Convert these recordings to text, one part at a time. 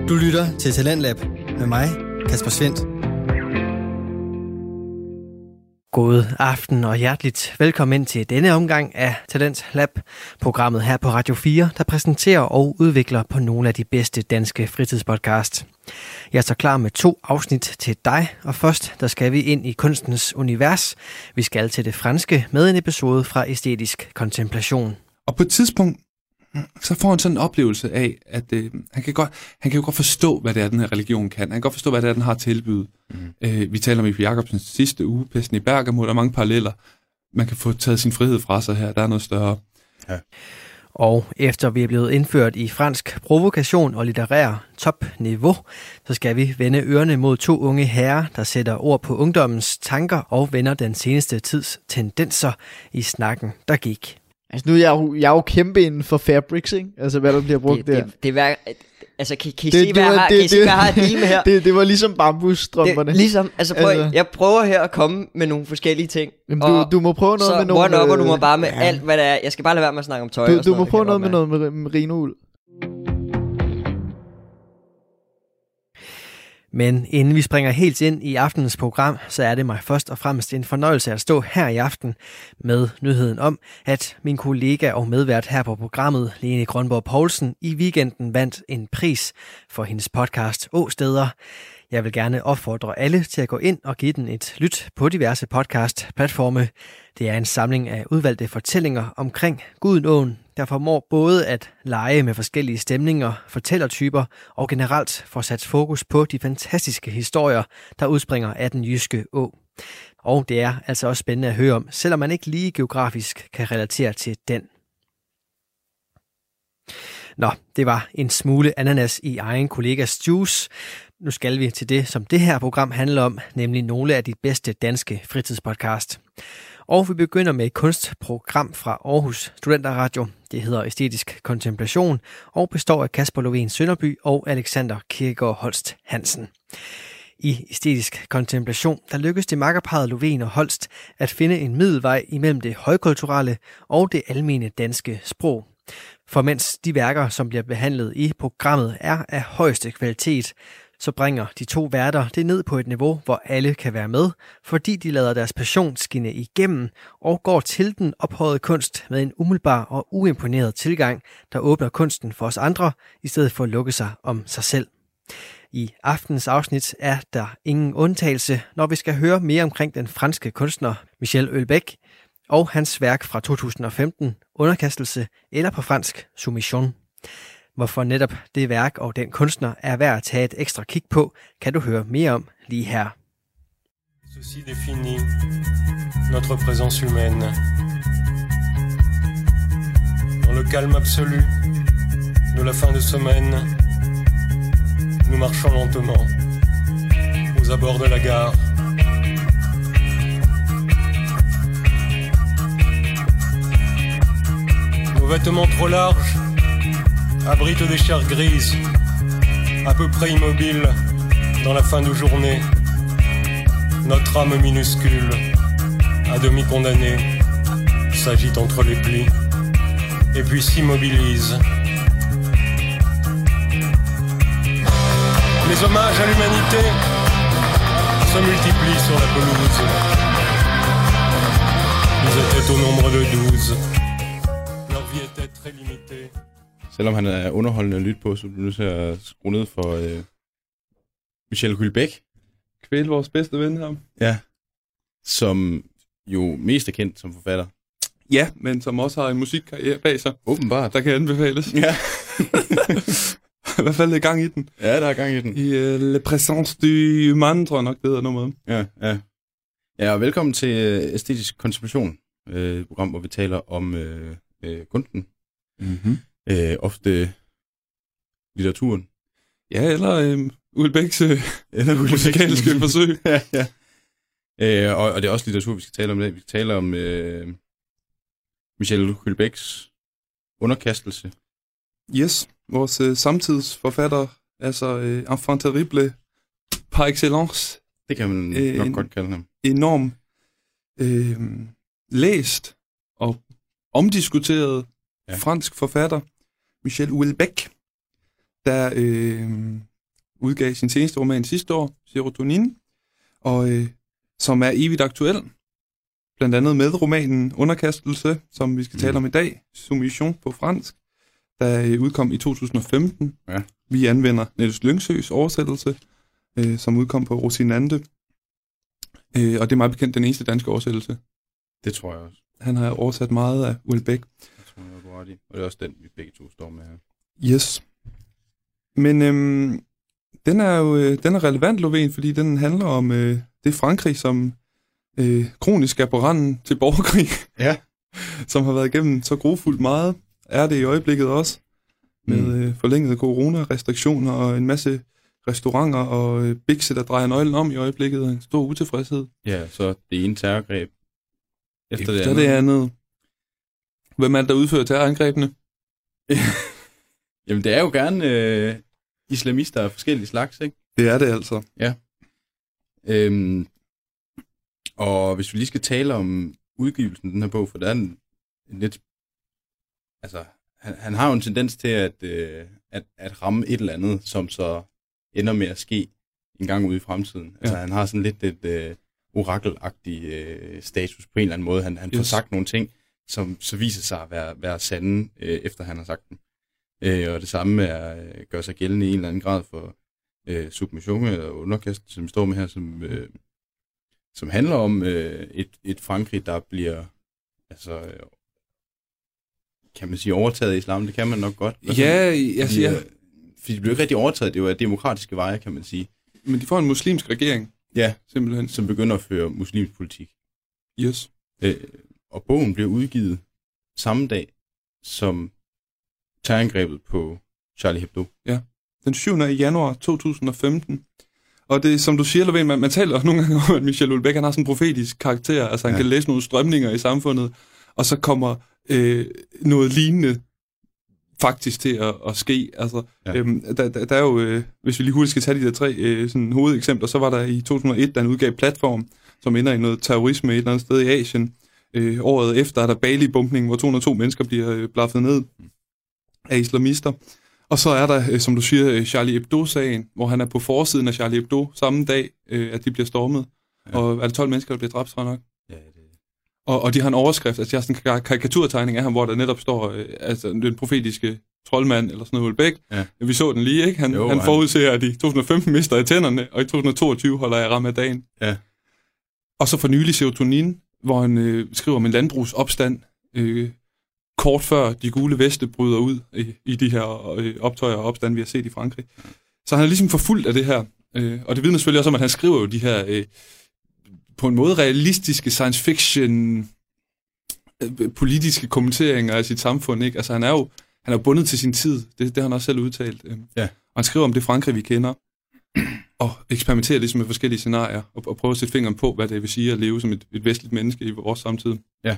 Du lytter til Talentlab med mig, Kasper Svendt. God aften og hjerteligt velkommen ind til denne omgang af Talentlab, programmet her på Radio 4, der præsenterer og udvikler på nogle af de bedste danske fritidspodcast. Jeg er så klar med 2 afsnit til dig, og først der skal vi ind i kunstens univers. Vi skal til det franske med en episode fra Æstetisk Kontemplation. Og på et tidspunkt, så får han sådan en oplevelse af, at han kan jo godt forstå, hvad det er, den her religion kan. Han kan godt forstå, hvad det er, den har tilbydet. Vi taler om J.P. Jacobsens sidste uge, Pesten i Bergamo, der er mange paralleller. Man kan få taget sin frihed fra sig her, der er noget større. Ja. Og efter vi er blevet indført i fransk provokation og litterær topniveau, så skal vi vende ørerne mod 2 unge herrer, der sætter ord på ungdommens tanker og vender den seneste tids tendenser i snakken, der gik. Altså nu er jeg jo kæmpe inden for fabrics, ikke? Altså hvad der bliver brugt der. Altså kan I se, hvad jeg har et meme her? Det var ligesom bambusstrømperne. Ligesom, jeg prøver her at komme med nogle forskellige ting. Jamen, du må prøve noget med nogle... Så du må bare med alt, hvad der er. Jeg skal bare lade være med at snakke om tøj. Du må prøve noget med noget merinould. Men inden vi springer helt ind i aftenens program, så er det mig først og fremmest en fornøjelse at stå her i aften med nyheden om, at min kollega og medvært her på programmet, Lene Grønborg Poulsen, i weekenden vandt en pris for hendes podcast Åsteder. Jeg vil gerne opfordre alle til at gå ind og give den et lyt på diverse podcast-platforme. Det er en samling af udvalgte fortællinger omkring Gudenåen, der formår både at lege med forskellige stemninger, fortællertyper og generelt får sat fokus på de fantastiske historier, der udspringer af den jyske å. Og det er altså også spændende at høre om, selvom man ikke lige geografisk kan relatere til den. Nå, det var en smule ananas i egen kollegas juice. Nu skal vi til det, som det her program handler om, nemlig nogle af de bedste danske fritidspodcast. Og vi begynder med et kunstprogram fra Aarhus Studenterradio. Det hedder Æstetisk Kontemplation og består af Kasper Lovén Sønderby og Alexander Kirkegaard Holst Hansen. I Æstetisk Kontemplation, der lykkes det makkerparret Lovén og Holst at finde en middelvej imellem det højkulturelle og det almene danske sprog. For mens de værker, som bliver behandlet i programmet, er af højeste kvalitet, så bringer de 2 værter det ned på et niveau, hvor alle kan være med, fordi de lader deres passion skinne igennem og går til den ophøjede kunst med en umiddelbar og uimponeret tilgang, der åbner kunsten for os andre, i stedet for at lukke sig om sig selv. I aftens afsnit er der ingen undtagelse, når vi skal høre mere omkring den franske kunstner Michel Houellebecq og hans værk fra 2015, Underkastelse, eller på fransk Soumission. Hvorfor netop det værk og den kunstner er værd at tage et ekstra kig på, kan du høre mere om lige her. Ceci définit notre présence humaine. Dans le calme absolu de la fin de semaine, nous marchons lentement aux abords de la gare. Nos vêtements trop larges abrite des chairs grises, à peu près immobiles dans la fin de journée. Notre âme minuscule, à demi condamnée, s'agite entre les plis, et puis s'immobilise. Les hommages à l'humanité se multiplient sur la pelouse. Ils étaient au nombre de 12. Leur vie était très limitée. Selvom han er underholdende at lytte på, så er du nødt til at skrue ned for Michel Houellebecq. Kvæl vores bedste ven her. Ja, som jo mest er kendt som forfatter. Ja, men som også har en musikkarriere bag sig. Åbenbart. Der kan anbefales. Ja. I hvert fald er gang i den. Ja, der er gang i den. I Le Présence du Humain, tror jeg nok, det hedder noget med. Ja, og velkommen til Æstetisk Kontemplation, et program, hvor vi taler om kunsten. Mhm. Ofte litteraturen. Ja, eller Houellebecqs musikalske forsøg. Ja. Og det er også litteratur, vi skal tale om det. Vi skal tale om Michel Houellebecqs Underkastelse. Yes, vores samtidsforfatter, altså enfant terrible par excellence. Det kan man nok godt kalde ham. Enorm læst og omdiskuteret fransk forfatter, Michel Houellebecq, der udgav sin seneste roman sidste år, Serotonin, og som er evigt aktuel. Blandt andet med romanen Underkastelse, som vi skal tale om i dag, Soumission på fransk, der udkom i 2015. Ja. Vi anvender Niels Lyngsøs oversættelse, som udkom på Rosinante. Og det er meget bekendt den eneste danske oversættelse. Det tror jeg også. Han har oversat meget af Houellebecq. Det tror jeg, du har ret i. Og det er også den, vi begge to står med her. Yes. Men den er relevant, Lovén, fordi den handler om det Frankrig, som kronisk er på randen til borgerkrig. Ja. Som har været igennem så grofuldt meget. Er det i øjeblikket også. Med forlængede corona-restriktioner og en masse restauranter og bikse, der drejer nøglen om i øjeblikket, og en stor utilfredshed. Ja, så det ene terrorgreb efter det andet. Hvem er det, der udfører terrorangrebene? Jamen, det er jo gerne islamister af forskellige slags, ikke? Det er det altså. Ja. Og hvis vi lige skal tale om udgivelsen af den her bog, for der er en lidt... Altså, han har jo en tendens til at ramme et eller andet, som så ender med at ske en gang ude i fremtiden. Altså, han har sådan lidt et orakelagtig status på en eller anden måde. Han får sagt nogle ting, som så viser sig at være sande, efter han har sagt dem. Og det samme gør sig gældende i en eller anden grad for Submission eller Underkastelse, som vi står med her, som handler om et Frankrig, der bliver, altså, kan man sige, overtaget af islam. Det kan man nok godt. Fordi det bliver ikke rigtig overtaget. Det er jo af demokratiske veje, kan man sige. Men de får en muslimsk regering. Ja, simpelthen. Som begynder at føre muslimsk politik. Yes. Og bogen bliver udgivet samme dag som terrorangrebet på Charlie Hebdo. Ja, den 7. januar 2015. Og det, som du siger, Lovén, man taler nogle gange om, at Michel Houellebecq, han har sådan en profetisk karakter. Altså, han kan læse nogle strømninger i samfundet, og så kommer noget lignende faktisk til at ske. Altså, der er jo, hvis vi lige hurtigt skal tage de der tre sådan hovedeksempler, så var der i 2001, der en udgav Platform, som ender i noget terrorisme et eller andet sted i Asien. Året efter er der Bali-bumpning, hvor 202 mennesker bliver blaffet ned af islamister. Og så er der, som du siger, Charlie Hebdo-sagen, hvor han er på forsiden af Charlie Hebdo samme dag, at de bliver stormet. Ja. Og er det 12 mennesker, der bliver dræbt, tror jeg nok? Ja, det. Og de har en overskrift, altså de har sådan en karikaturtegning af ham, hvor der netop står, altså den profetiske troldmand, eller sådan noget, Houellebecq. Ja. Vi så den lige, ikke? Han forudser, at i 2015 mister jeg tænderne, og i 2022 holder jeg ramadan. Ja. Og så for nylig Serotonin, hvor han skriver om en landbrugsopstand, kort før de gule veste bryder ud i de her optøjer og opstand, vi har set i Frankrig. Så han er ligesom forfulgt af det her. Og det vidner selvfølgelig også om, at han skriver jo de her på en måde realistiske science fiction politiske kommenteringer af sit samfund. Ikke? Altså han er jo bundet til sin tid. Det har han også selv udtalt. Ja. Og han skriver om det Frankrig, vi kender. Og eksperimenterer ligesom med forskellige scenarier. Og prøver at sætte fingeren på, hvad det vil sige at leve som et vestligt menneske i vores samtid. Ja.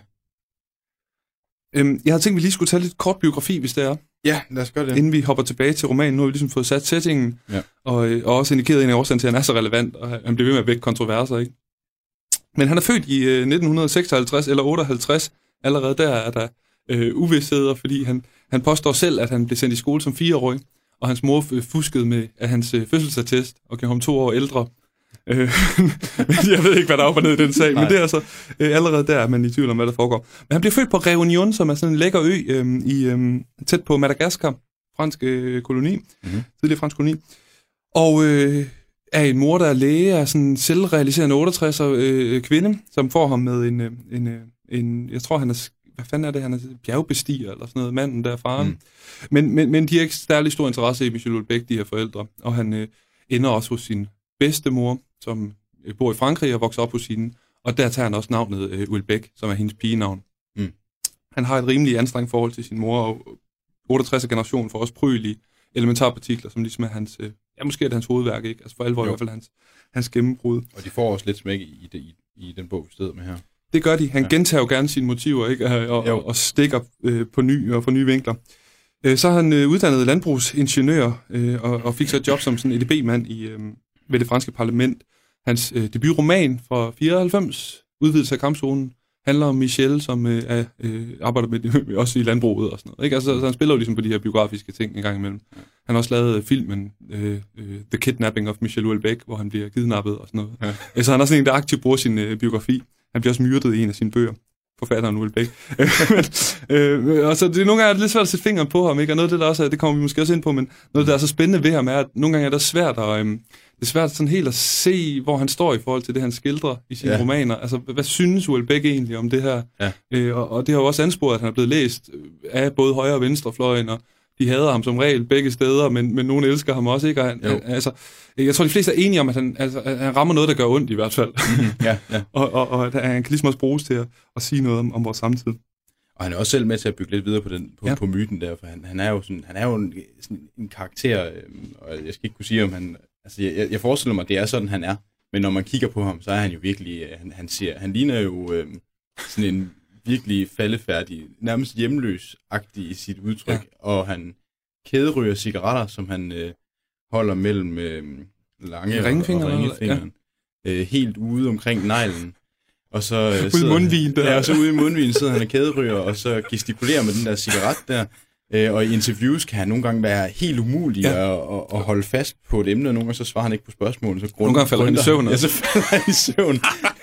Jeg havde tænkt, at vi lige skulle tage lidt kort biografi, hvis det er. Ja, lad os gøre det. Inden vi hopper tilbage til romanen. Nu har vi ligesom fået sat settingen, og også indikeret en af årsagen til, at han er så relevant, og han bliver ved med at vække kontroverser, ikke? Men han er født i 1956 eller 58. Allerede der er der uvidsheder, fordi han påstår selv, at han blev sendt i skole som 4-årig, og hans mor fuskede med af hans fødselsattest og gav ham 2 år ældre. Jeg ved ikke, hvad der er op og ned i den sag, men det er altså allerede der, man er i tvivl om, hvad der foregår. Men han bliver født på Réunion, som er sådan en lækker ø tæt på Madagaskar, fransk koloni, tidligere fransk koloni. Og er en mor, der er læge, er sådan en selvrealiserende 68'er kvinde, som får ham med en jeg tror, han er, hvad fanden er det, han er bjergbestiger eller sådan noget, manden der, faren. Men de har ikke særlig stor interesse i Michel Houellebecq, de her forældre, og han ender også hos sin bedstemor, som bor i Frankrig og vokser op hos hende, og der tager han også navnet Houellebecq, som er hendes pigenavn. Han har et rimelig anstrengt forhold til sin mor, og 68. generation får også prøvelige elementarpartikler, som ligesom er hans, måske er det hans hovedværk, ikke? Altså for alvor i hvert fald hans gennembrud. Og de får også lidt smæk i den bog, vi steder med her. Det gør de. Han gentager jo gerne sine motiver, ikke? Og stikker på ny og fra nye vinkler. Så har han uddannet landbrugsingeniør og fik så et job som sådan en EDB-mand ved det franske parlament. Hans debutroman fra 94, Udvidelse af kampzonen, handler om Michel, som arbejder med også i landbruget og sådan noget. Ikke? Altså, så han spiller jo ligesom på de her biografiske ting en gang imellem. Han har også lavet filmen The Kidnapping of Michel Houellebecq, hvor han bliver kidnappet og sådan noget. Ja. Så han er sådan en, der aktivt bruger sin biografi. Han bliver også myrdet i en af sine bøger. Forfatteren Houellebecq. Og så det er nogle gange lidt svært at sætte fingeren på ham, ikke? Og noget af det, der også er, det kommer vi måske også ind på, men noget, der er så spændende ved ham, er, at nogle gange er det svært at... Det er svært sådan helt at se, hvor han står i forhold til det, han skildrer i sine romaner. Altså, hvad synes Houellebecq egentlig om det her? Ja. Og det har jo også ansporet, at han er blevet læst af både højre og venstrefløjen, og de hader ham som regel begge steder, men nogen elsker ham også, ikke? Og altså, jeg tror, de fleste er enige om, at han rammer noget, der gør ondt i hvert fald. Ja. og at han kan ligesom også bruges til at sige noget om vores samtid. Og han er også selv med til at bygge lidt videre på myten der, for han er jo en karakter, og jeg skal ikke kunne sige, om han... Altså, jeg forestiller mig, at det er sådan, han er. Men når man kigger på ham, så er han jo virkelig... Han ligner jo sådan en virkelig faldefærdig, nærmest hjemløs-agtig i sit udtryk. Ja. Og han kæderyger cigaretter, som han holder mellem lange ringfingeren. Helt ude omkring neglen. Og så ude i mundvin der. Ja, og så ude i mundvin sidder han og kæderyger, og så gestikulerer med den der cigaret der. Og i interviews kan han nogle gange være helt umulig at holde fast på et emne, og nogle gange så svarer han ikke på spørgsmål. Nogle gange falder han i søvn. Ja, så falder han i søvn.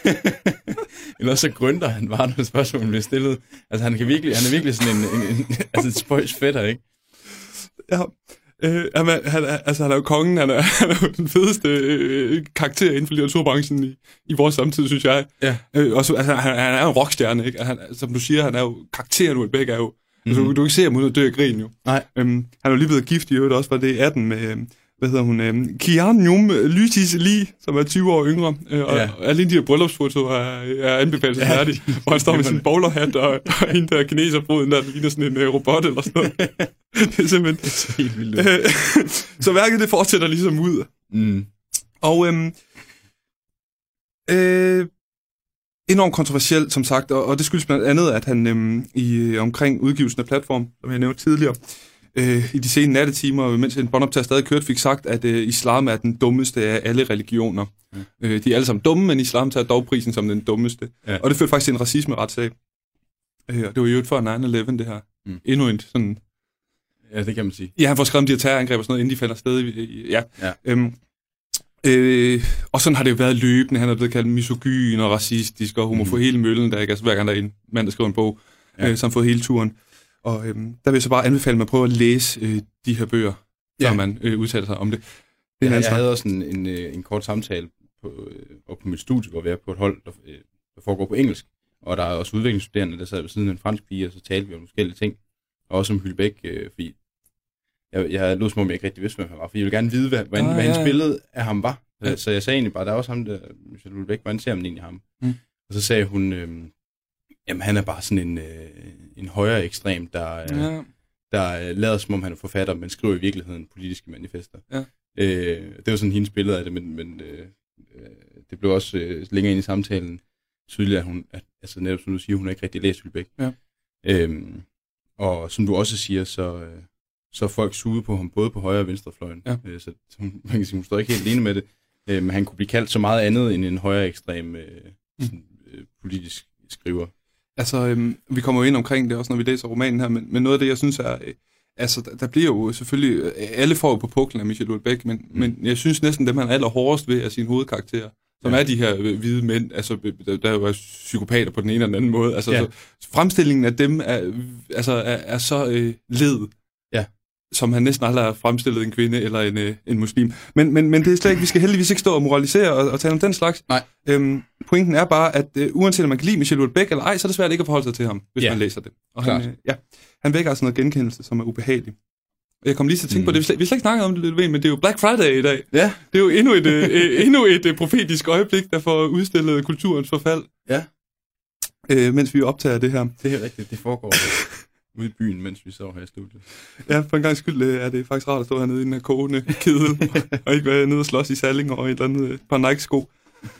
Eller så grønter han bare, når spørgsmålet bliver stillet. Altså han er virkelig sådan en spøjs fætter, ikke? Ja. Han er jo kongen, han er jo den fedeste karakter inden for litteraturbranchen i vores samtid, synes jeg. Ja. Han er jo en rockstjerne, ikke? Som du siger, han er jo karakteren Houellebecq er jo. Altså, du kan ikke se ham uden at dø af grin, jo. Nej. Han er jo lige blevet gift i øvrigt også, var det 18 med, hvad hedder hun, Kian Lytis Lee, som er 20 år yngre. Og alle de her bryllupsfotoer er anbefalelsesværdige, hvor han står med sin bowlerhat og en der kineserbruden, der ligner sådan en robot eller sådan noget. Det er simpelthen... helt vildt. Så værket, det fortsætter ligesom ud. Mm. Og enormt kontroversielt, som sagt, og det skyldes blandt andet, at han omkring udgivelsen af Platform, som jeg nævnte tidligere, i de sene nattetimer, mens en båndoptager stadig kørte, fik sagt, at islam er den dummeste af alle religioner. De er alle sammen dumme, men islam tager dog prisen som den dummeste. Ja. Og det førte faktisk til en racisme-retssag. Og det var jo for 9/11, det her. Endnu en sådan... Ja, det kan man sige. Ja, han får skrevet om de her terrorangreb og sådan noget, inden de falder sted. Og sådan har det jo været løbende. Han er blevet kaldt misogyn og racistisk og homofob hele møllen, der ikke altså hver gang der er en mand, der skriver en bog, som får hele turen. Og der vil jeg så bare anbefale mig at prøve at læse de her bøger, før man udtaler sig om det. Jeg havde også en kort samtale på mit studie, hvor vi er på et hold, der foregår på engelsk. Og der er også udviklingsstuderende, der sad ved siden af en fransk pige, og så talte vi om forskellige ting. Og også om Houellebecq, fordi jeg lød som om jeg ikke rigtig vidste, hvem han var. For jeg ville gerne vide, hvad hendes billede af ham var. Ja. Så jeg sagde egentlig bare, der er også ham, der Michel Houellebecq, hvordan ser man egentlig ham? Og så sagde hun, jamen han er bare sådan en højere ekstrem, der lader som om han er forfatter, men skriver i virkeligheden politiske manifester. Ja. Det var sådan hendes billede af det, men det blev også længere ind i samtalen tydeligt, at altså netop som du siger, hun har ikke rigtig læst Houellebecq. Ja. Og som du også siger, så er folk suget på ham, både på højre og venstrefløjen. Ja. Så man kan sige, hun står ikke helt alene med det. Men han kunne blive kaldt så meget andet end en højere ekstrem politisk skriver. Altså, vi kommer jo ind omkring det også, når vi læser romanen her, men noget af det, jeg synes er... Altså, der bliver jo selvfølgelig... Alle får jo på puklen af Michel Houellebecq, men jeg synes næsten, dem han er allerhårdest ved af sine hovedkarakterer, som er de her hvide mænd, altså, der jo er psykopater på den ene eller den anden måde. Altså, så fremstillingen af dem er så led, som han næsten aldrig har fremstillet en kvinde eller en muslim. Men det er slet ikke, vi skal heldigvis ikke stå og moralisere og tale om den slags. Nej. Pointen er bare, at uanset om man kan lide Michel Houellebecq eller ej, så er det svært ikke at forholde sig til ham, hvis man læser det. Og han vækker altså noget genkendelse, som er ubehageligt. Og jeg kom lige til at tænke på det, vi slet ikke snakket om det, men det er jo Black Friday i dag. Ja. Det er jo endnu et profetisk øjeblik, der får udstillet kulturens forfald. Ja. Mens vi optager det her. Det er rigtigt, det foregår ude i byen, mens vi så her i studiet. Ja, for en gang skyld er det faktisk rart at stå hernede i den her kogende kedel, og ikke være nede og slås i Salling og et eller andet par Nike-sko.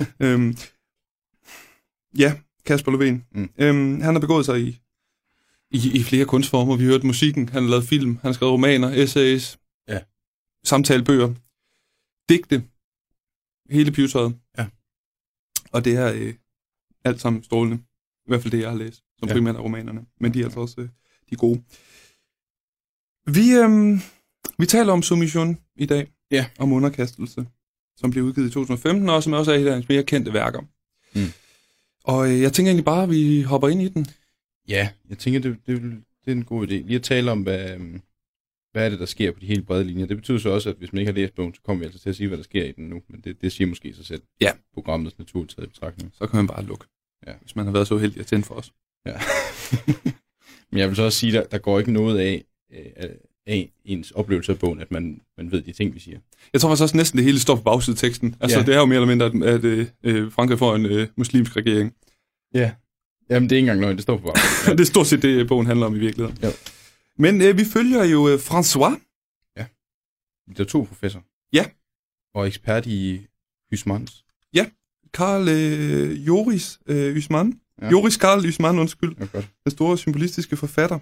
Kasper Löfven. Han har begået sig i flere kunstformer. Vi hørte musikken, han har lavet film, han har skrevet romaner, essays, samtalebøger, digte, hele pivetøjet. Ja. Og det er alt sammen strålende. I hvert fald det, jeg har læst, som primært er romanerne. Men de er altså også de gode. Vi Vi taler om submission i dag, Ja. om underkastelse, som blev udgivet i 2015, og som også er et af hans mere kendte værker. Og jeg tænker egentlig bare, at vi hopper ind i den. Ja, jeg tænker, det er en god idé. Lige at tale om, hvad er det, der sker på de helt brede linjer. Det betyder så også, at hvis man ikke har læst bogen, så kommer vi altså til at sige, hvad der sker i den nu. Men det siger måske sig selv. Ja. Programmets natur taget i betragtning. Så kan man bare lukke, hvis man har været så heldig at tænde for os. Ja. Men jeg vil så også sige, at der går ikke noget af ens oplevelse af bogen, at man ved de ting, vi siger. Jeg tror faktisk også næsten det hele står på bagsideteksten. Altså, det er jo mere eller mindre, at Frankrig får en muslimsk regering. Ja. Jamen, det er ikke engang løgn, det står på bagsiden. Det er stort set det, bogen handler om i virkeligheden. Jo. Men vi følger jo François. Ja. Litteraturprofessor. Ja. Og ekspert i Huysmans. Ja. Karl Joris Huysmans. Ja. Joris Karl Huysmans, undskyld. Ja, godt. Den store symbolistiske forfatter,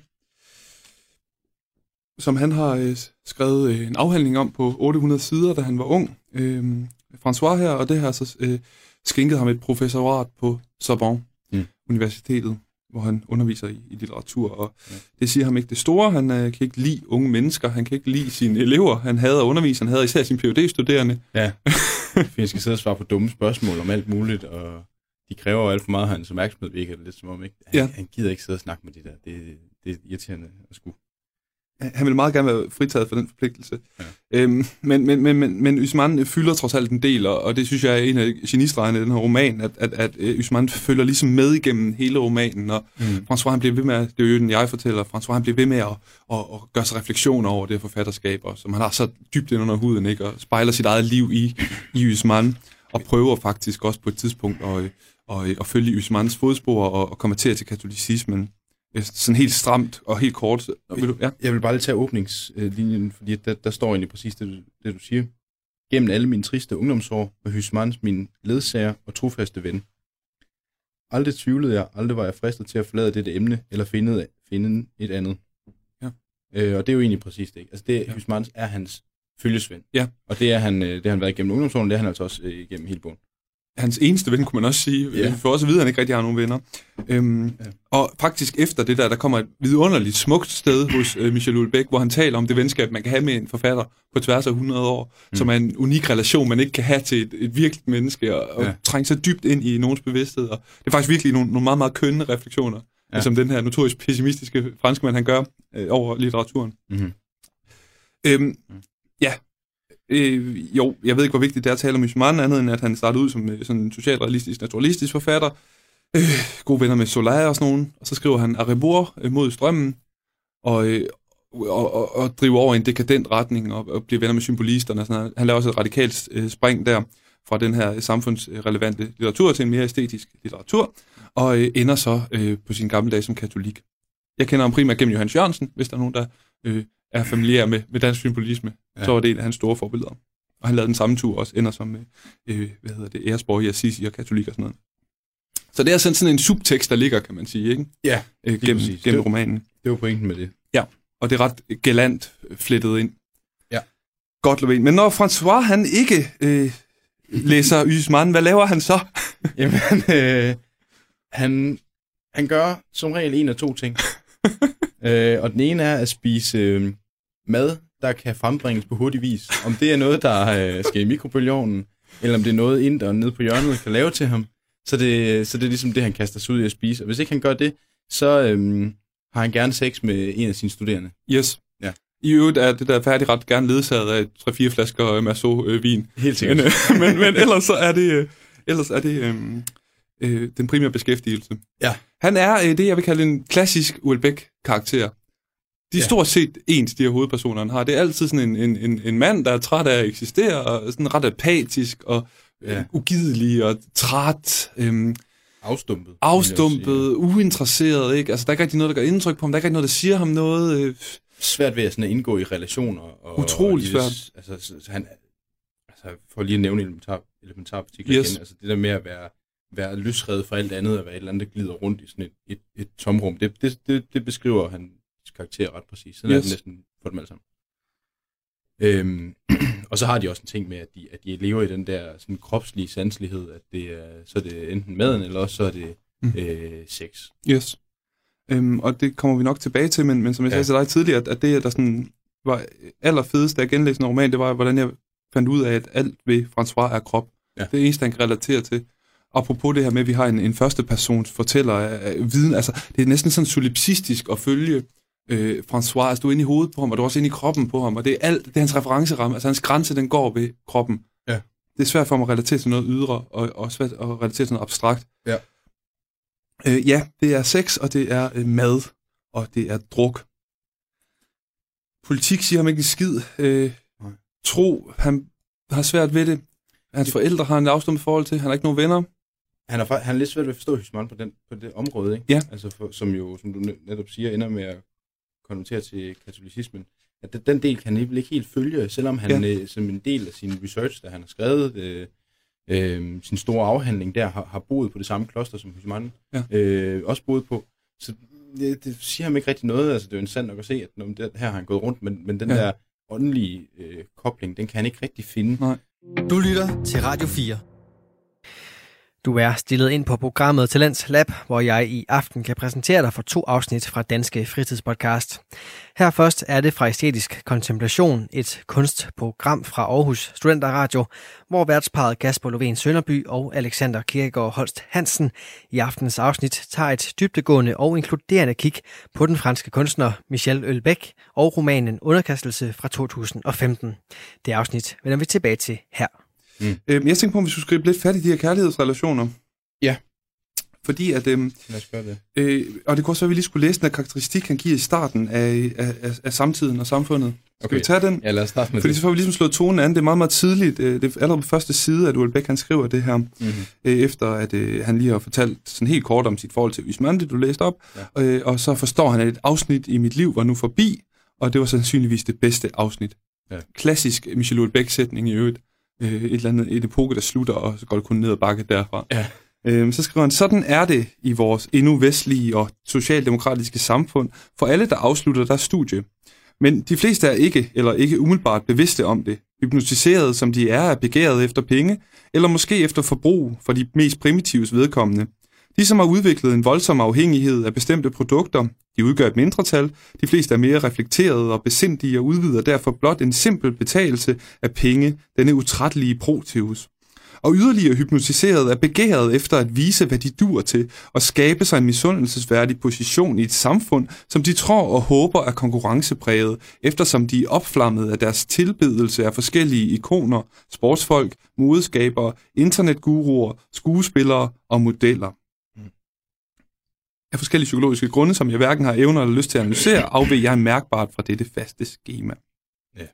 som han har skrevet en afhandling om på 800 sider, da han var ung. François her, og det har så skænket ham et professorat på Sorbonne Universitetet, hvor han underviser i litteratur, og det siger ham ikke det store. Han kan ikke lide unge mennesker, han kan ikke lide sine elever, han hader undervisere, han hader især sine PhD-studerende. Ja, for jeg skal sidde og svare på dumme spørgsmål om alt muligt, og de kræver jo alt for meget af hans opmærksomhed, virker det lidt som om, ikke? Han gider ikke sidde og snakke med de der, det er irriterende at skulle. Han vil meget gerne være fritaget for den forpligtelse. Ja. Men Huysmans fylder trods alt en del, og det synes jeg er en af genistregerne i den her roman, at Huysmans følger ligesom med igennem hele romanen, og François han bliver ved med, det er jo den jeg fortæller, François han bliver ved med at gøre sig refleksioner over det forfatterskab, som han har så dybt ind under huden, ikke, og spejler sit eget liv i Huysmans, og prøver faktisk også på et tidspunkt at følge Huysmans fodspor og konvertere til katolicismen. Sådan helt stramt og helt kort. Jeg vil bare lige tage åbningslinjen, fordi der står egentlig præcis det du siger. Gennem alle mine triste ungdomsår var Huysmans min ledsager og trofaste ven. Aldrig tvivlede jeg, aldrig var jeg fristet til at forlade dette emne, eller finde et andet. Ja. Og det er jo egentlig præcis det, ikke? Altså Huysmans er hans følgesven. Ja. Og det har han været igennem ungdomsårene, det er han altså også igennem hele bogen. Hans eneste ven, kunne man også sige. Ja. For også at vide, at han ikke rigtig har nogen venner. Og faktisk efter det der kommer et vidunderligt smukt sted hos Michel Houellebecq, hvor han taler om det venskab, man kan have med en forfatter på tværs af 100 år, som er en unik relation, man ikke kan have til et virkeligt menneske, og trænge så dybt ind i nogens bevidsthed. Og det er faktisk virkelig nogle meget, meget kønnende refleksioner, som den her notorisk pessimistiske franskmand, han gør over litteraturen. Jo, jeg ved ikke, hvor vigtigt det er at tale om Huysmans, andet end at han startede ud som sådan en socialrealistisk, naturalistisk forfatter. Gode venner med Zola og sådan nogen. Og så skriver han à rebours mod strømmen, og driver over i en dekadent retning, og bliver venner med symbolisterne. Og sådan. Han laver også et radikalt spring der, fra den her samfundsrelevante litteratur til en mere æstetisk litteratur, og ender så på sin gamle dage som katolik. Jeg kender ham primært gennem Johannes Jørgensen, hvis der er nogen, der er familiær med dansk symbolisme, så var det en af hans store forbilleder. Og han lavede den samme tur også, ender som æresborger i Assisi og katolik og sådan noget. Så det er sådan en subtekst, der ligger, kan man sige, ikke? Ja, gennem romanen. Det var pointen med det. Ja, og det er ret galant flettet ind. Ja. Godt, Lovén. Men når François, han ikke læser Huysmans, hvad laver han så? Jamen, han gør som regel en af to ting. Og den ene er at spise mad, der kan frembringes på hurtig vis. Om det er noget, der skal i mikrobølgeovnen, eller om det er noget inderen nede på hjørnet kan lave til ham, så det er ligesom det, han kaster sig ud i at spise. Og hvis ikke han gør det, så har han gerne sex med en af sine studerende. Yes. Ja. I øvrigt er det der færdigret gerne ledsaget af 3-4 flasker Merceau-vin. Helt sikkert. men ellers så er det den primære beskæftigelse. Ja. Han er det, jeg vil kalde en klassisk Houellebecq-karakter. De er stort set ens, de her hovedpersonerne har. Det er altid sådan en mand, der er træt af at eksistere, og sådan ret apatisk, og ugidelig, og træt. Afstumpet, uinteresseret, ikke? Altså, der er ikke rigtig noget, der gør indtryk på ham. Der er ikke rigtig noget, der siger ham noget. Svært ved at indgå i relationer. Utroligt svært. Altså, for lige at nævne elementarpartikler igen, altså det der med at være løsredet fra alt andet, og være et eller andet, der glider rundt i sådan et tomrum, det beskriver hans karakter ret præcis. Sådan er det næsten for dem alle sammen. Og så har de også en ting med, at de lever i den der sådan kropslige sanselighed, at så er det enten maden, eller også så er det sex. Yes. Og det kommer vi nok tilbage til, men som jeg sagde til dig tidligere, at det, der sådan var allerfedest, da jeg genlæste en roman, det var, hvordan jeg fandt ud af, at alt ved François er krop. Ja. Det eneste, han kan relatere til. Apropos det her med, at vi har en førstepersons fortæller af viden, altså det er næsten sådan solipsistisk at følge François, altså du er inde i hovedet på ham, og du er også inde i kroppen på ham, og det er alt, det er hans referenceramme, altså hans grænse, den går ved kroppen. Ja. Det er svært for mig at relatere til noget ydre, og svært at relatere til noget abstrakt. Ja. Ja, det er sex, og det er mad, og det er druk. Politik siger ham ikke en skid. Tro, han har svært ved det. Hans forældre har en afstumpet forhold til, han har ikke nogen venner. Han er lidt svært ved at forstå Husmann på det område, ikke? Ja. Altså som jo, som du netop siger, ender med at konvertere til katolicismen. At den del kan han ikke helt følge, selvom han som en del af sin research, der han har skrevet sin store afhandling der, har boet på det samme kloster, som Husmann også boet på. Så det siger ham ikke rigtig noget. Altså det er jo interessant nok at se, at her har han gået rundt, men den der åndelige kobling, den kan han ikke rigtig finde. Nej. Du lytter til Radio 4. Du er stillet ind på programmet Talents Lab, hvor jeg i aften kan præsentere dig for 2 afsnit fra Danske Fritidspodcast. Her først er det fra Æstetisk Kontemplation, et kunstprogram fra Aarhus Studenterradio, hvor værtsparret Kasper Lovén Sønderby og Alexander Kirkegaard Holst Hansen i aftenens afsnit tager et dybdegående og inkluderende kig på den franske kunstner Michel Houellebecq og romanen Underkastelse fra 2015. Det afsnit vender vi tilbage til her. Jeg tænkte på, om vi skulle skrive lidt fat i de her kærlighedsrelationer. Ja. Fordi at... Lad os gøre det. Og det kunne også være, at vi lige skulle læse den her karakteristik, han giver i starten af samtiden og samfundet. Skal vi tage den? Ja, lad os starte med Fordi så får vi ligesom slået tonen an. Det er meget, meget tidligt. Det er allerede på første side, at Houellebecq han skriver det her, efter at han lige har fortalt sådan helt kort om sit forhold til Husmann, det du læste op. Ja. Og så forstår han, at et afsnit i mit liv var nu forbi, og det var sandsynligvis det bedste afsnit. Ja. Klassisk Michel Houellebecq-sætning i øvrigt. Et epoke, der slutter, og så går det kun ned ad bakke derfra. Ja. Så skriver han, sådan er det i vores endnu vestlige og socialdemokratiske samfund, for alle, der afslutter deres studie. Men de fleste er ikke umiddelbart bevidste om det, hypnotiserede som de er begæret efter penge, eller måske efter forbrug for de mest primitives vedkommende. De, som har udviklet en voldsom afhængighed af bestemte produkter, de udgør et mindretal, de fleste er mere reflekterede og besindige og udvider derfor blot en simpel betalelse af penge, denne utrættelige Proteus. Og yderligere hypnotiseret er begæret efter at vise, hvad de dur til, og skabe sig en misundelsesværdig position i et samfund, som de tror og håber er konkurrencepræget, eftersom de er opflammet af deres tilbedelse af forskellige ikoner, sportsfolk, modeskabere, internetguruer, skuespillere og modeller. Af forskellige psykologiske grunde, som jeg hverken har evner eller lyst til at analysere, afveg jeg mærkbart fra dette faste skema. Ja.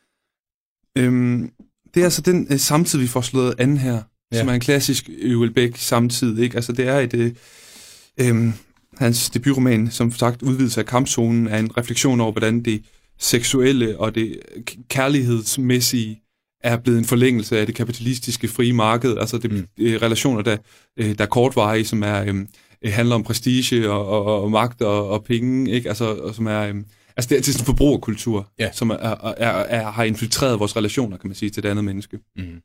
Det er altså den samtid, vi får slået an her, som er en klassisk Houellebecq samtid, ikke? Altså det er hans debutroman, som sagt udvidelse af kampzonen, er en refleksion over, hvordan det seksuelle og det kærlighedsmæssige er blevet en forlængelse af det kapitalistiske frie marked, altså det relationer, der er kortvarige, som er handler om prestige og magt og penge, ikke? Altså, og som er altså det er sådan en forbrugerkultur, som har infiltreret vores relationer, kan man sige, til det andet menneske.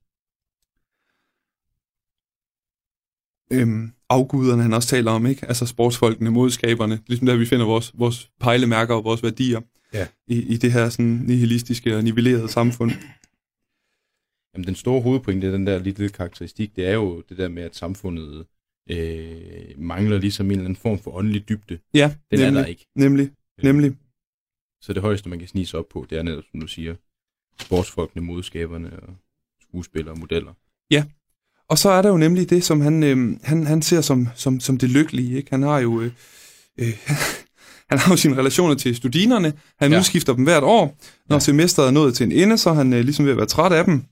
Afguderne, han også taler om, ikke? Altså sportsfolkene, modskaberne, ligesom der vi finder vores pejlemærker og vores værdier i det her sådan nihilistiske og nivellerede samfund. Jamen den store hovedpointe, den der lille karakteristik, det er jo det der med, at samfundet mangler ligesom en eller anden form for åndelig dybde. Ja, den nemlig, er der ikke. Nemlig. Så det højeste, man kan snige sig op på, det er netop, som du siger, sportsfolkene, modskaberne og skuespillere og modeller. Ja, og så er der jo nemlig det, som han ser som det lykkelige. Ikke? Han har jo han har jo sine relationer til studinerne. Han udskifter dem hvert år. Når semesteret er nået til en ende, så er han ligesom ved at være træt af dem.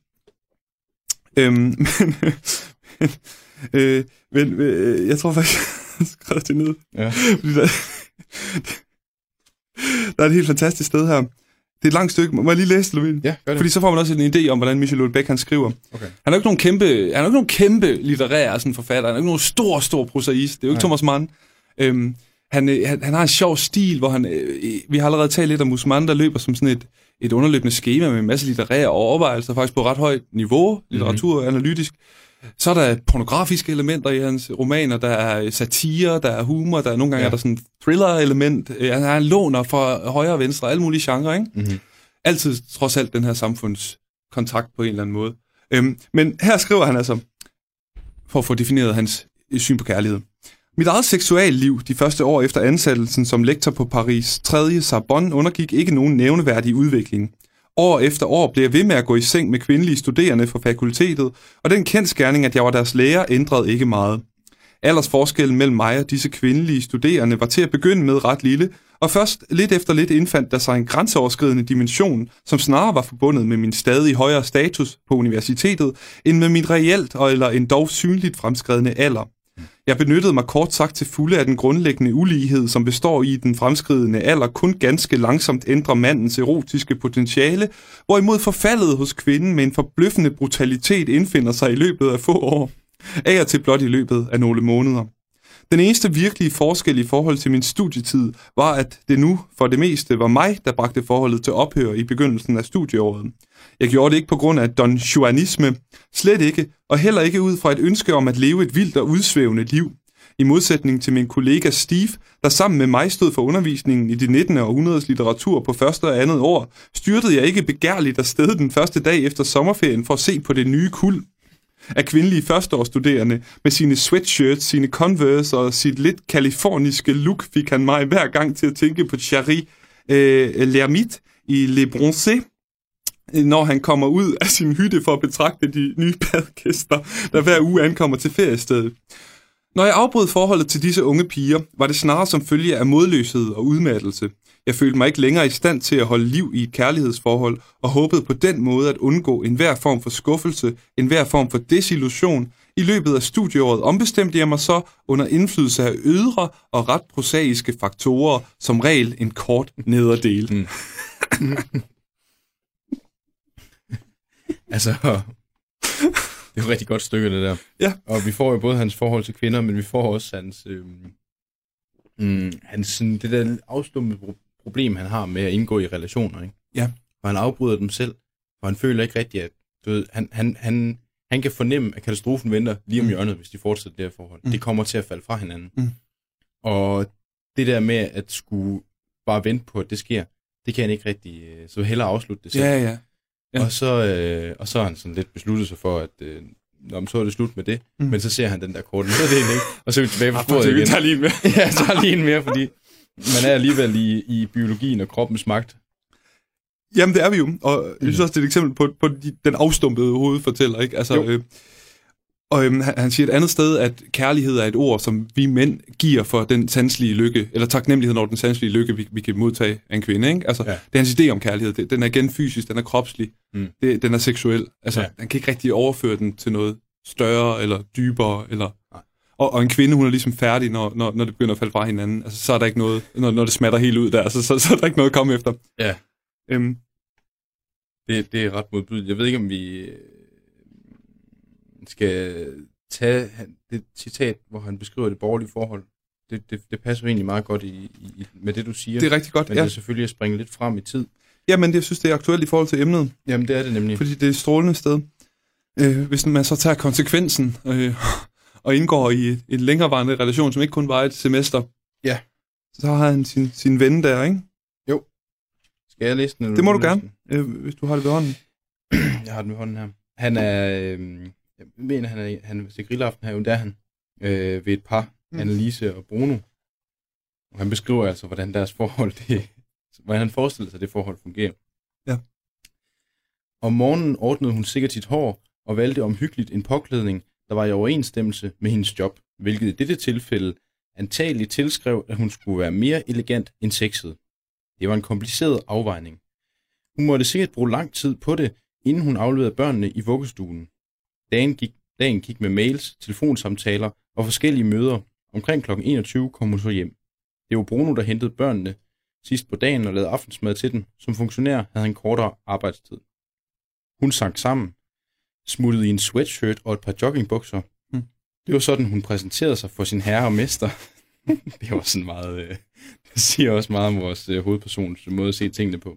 Men jeg tror faktisk, jeg har skrevet det ned. Ja. Fordi der er et helt fantastisk sted her. Det er et langt stykke. Må jeg lige læse det, Lovén? Ja, gør det. Fordi så får man også en idé om, hvordan Michel Houellebecq han skriver. Okay. Han er jo ikke nogen kæmpe litterær sådan forfatter. Han er ikke nogen stor prosaist. Det er jo ikke Thomas Mann. Han har en sjov stil, hvor vi har allerede talt lidt om Husmann, der løber som sådan et underløbende skema med en masse litterære overvejelser, faktisk på ret højt niveau, litteraturanalytisk. Så er der pornografiske elementer i hans romaner, der er satire, der er humor, der er nogle gange er der sådan thriller-element. Han låner fra højre og venstre, alle mulige genrer, ikke? altid trods alt den her samfundskontrakt på en eller anden måde. Men her skriver han altså, for at få defineret hans syn på kærlighed. Mit eget seksualliv de første år efter ansættelsen som lektor på Paris 3. Sorbonne undergik ikke nogen nævneværdig udvikling. År efter år blev jeg ved med at gå i seng med kvindelige studerende fra fakultetet, og den kendsgerning, at jeg var deres lærer, ændrede ikke meget. Aldersforskellen mellem mig og disse kvindelige studerende var til at begynde med ret lille, og først lidt efter lidt indfandt der sig en grænseoverskridende dimension, som snarere var forbundet med min stadig højere status på universitetet, end med mit reelt eller endog synligt fremskredne alder. Jeg benyttede mig kort sagt til fulde af den grundlæggende ulighed, som består i den fremskridende alder kun ganske langsomt ændrer mandens erotiske potentiale, hvorimod forfaldet hos kvinden med en forbløffende brutalitet indfinder sig i løbet af få år, af og til blot i løbet af nogle måneder. Den eneste virkelige forskel i forhold til min studietid var, at det nu for det meste var mig, der bragte forholdet til ophør i begyndelsen af studieåret. Jeg gjorde det ikke på grund af Don Juanisme, slet ikke, og heller ikke ud fra et ønske om at leve et vildt og udsvævende liv. I modsætning til min kollega Steve, der sammen med mig stod for undervisningen i det 19. århundredes litteratur på første og andet år, styrtede jeg ikke begærligt afsted den første dag efter sommerferien for at se på det nye kuld af kvindelige førsteårsstuderende. Med sine sweatshirts, sine Converse og sit lidt kaliforniske look fik han mig hver gang til at tænke på Thierry Lhermitte i Le Bronzé, når han kommer ud af sin hytte for at betragte de nye badegæster, der hver uge ankommer til feriestedet. Når jeg afbrød forholdet til disse unge piger, var det snarere som følge af modløshed og udmattelse. Jeg følte mig ikke længere i stand til at holde liv i et kærlighedsforhold, og håbede på den måde at undgå enhver form for skuffelse, enhver form for desillusion. I løbet af studieåret ombestemte jeg mig så under indflydelse af ydre og ret prosaiske faktorer, som regel en kort nederdel. Altså, det er et rigtig godt stykke, det der. Ja. Og vi får jo både hans forhold til kvinder, men vi får også hans det der afstumpede problem, han har med at indgå i relationer, ikke? Ja. Og han afbryder dem selv, og han føler ikke rigtigt, at du ved, han kan fornemme, at katastrofen venter lige om hjørnet, hvis de fortsætter det her forhold. Det kommer til at falde fra hinanden. Og det der med at skulle bare vente på, at det sker, det kan han ikke rigtig, så hellere afslutte det selv. Ja. Og så har han sådan lidt besluttet sig for, at så er det slut med det. Men så ser han den der korte nederdel, ikke? Og så er vi tilbage på sporet igen. Tager lige en mere. Ja, tager lige en mere, fordi man er alligevel i biologien og kroppens magt. Jamen, det er vi jo. Og jeg synes også, det er et eksempel på den afstumpede hovedfortæller, ikke? Altså, han siger et andet sted, at kærlighed er et ord, som vi mænd giver for den sanselige lykke, eller taknemmeligheden over den sanselige lykke, vi kan modtage af en kvinde, ikke? Altså, Det er hans idé om kærlighed. Den er igen fysisk, den er kropslig, den er seksuel. Altså, han kan ikke rigtig overføre den til noget større eller dybere, eller... Og en kvinde, hun er ligesom færdig, når det begynder at falde fra hinanden. Altså, så er der ikke noget, når det smatter helt ud der, så er der ikke noget at komme efter. Ja. Det er ret modbydeligt. Jeg ved ikke, om vi skal tage det citat, hvor han beskriver det borgerlige forhold. Det passer egentlig meget godt med det, du siger. Det er rigtig godt, men det er selvfølgelig at springe lidt frem i tid. Jamen, jeg synes, det er aktuelt i forhold til emnet. Jamen, det er det nemlig. Fordi det er et strålende sted. Hvis man så tager konsekvensen og indgår i en længerevarende relation, som ikke kun var et semester, så har han sin ven der, ikke? Jo. Skal jeg læse den? Det må du gerne, hvis du har det ved hånden. Jeg har den ved hånden her. Han er... jeg mener, han er til grillaften her, der er han ved et par, Annelise og Bruno. Og han beskriver altså, hvordan deres forhold, hvordan han forestiller sig, at det forhold fungerer. Ja. Om morgenen ordnede hun sikkert sit hår og valgte omhyggeligt en påklædning, der var i overensstemmelse med hendes job, hvilket i dette tilfælde antageligt tilskrev, at hun skulle være mere elegant end sexet. Det var en kompliceret afvejning. Hun måtte sikkert bruge lang tid på det, inden hun afleverede børnene i vuggestuen. Dagen gik med mails, telefonsamtaler og forskellige møder. Omkring kl. 21 kom hun så hjem. Det var Bruno, der hentede børnene sidst på dagen og lavede aftensmad til dem. Som funktionær havde han kortere arbejdstid. Hun sank sammen, smuttede i en sweatshirt og et par joggingbukser. Det var sådan, hun præsenterede sig for sin herre og mester. Det var sådan meget... det siger også meget om vores hovedpersons måde at se tingene på.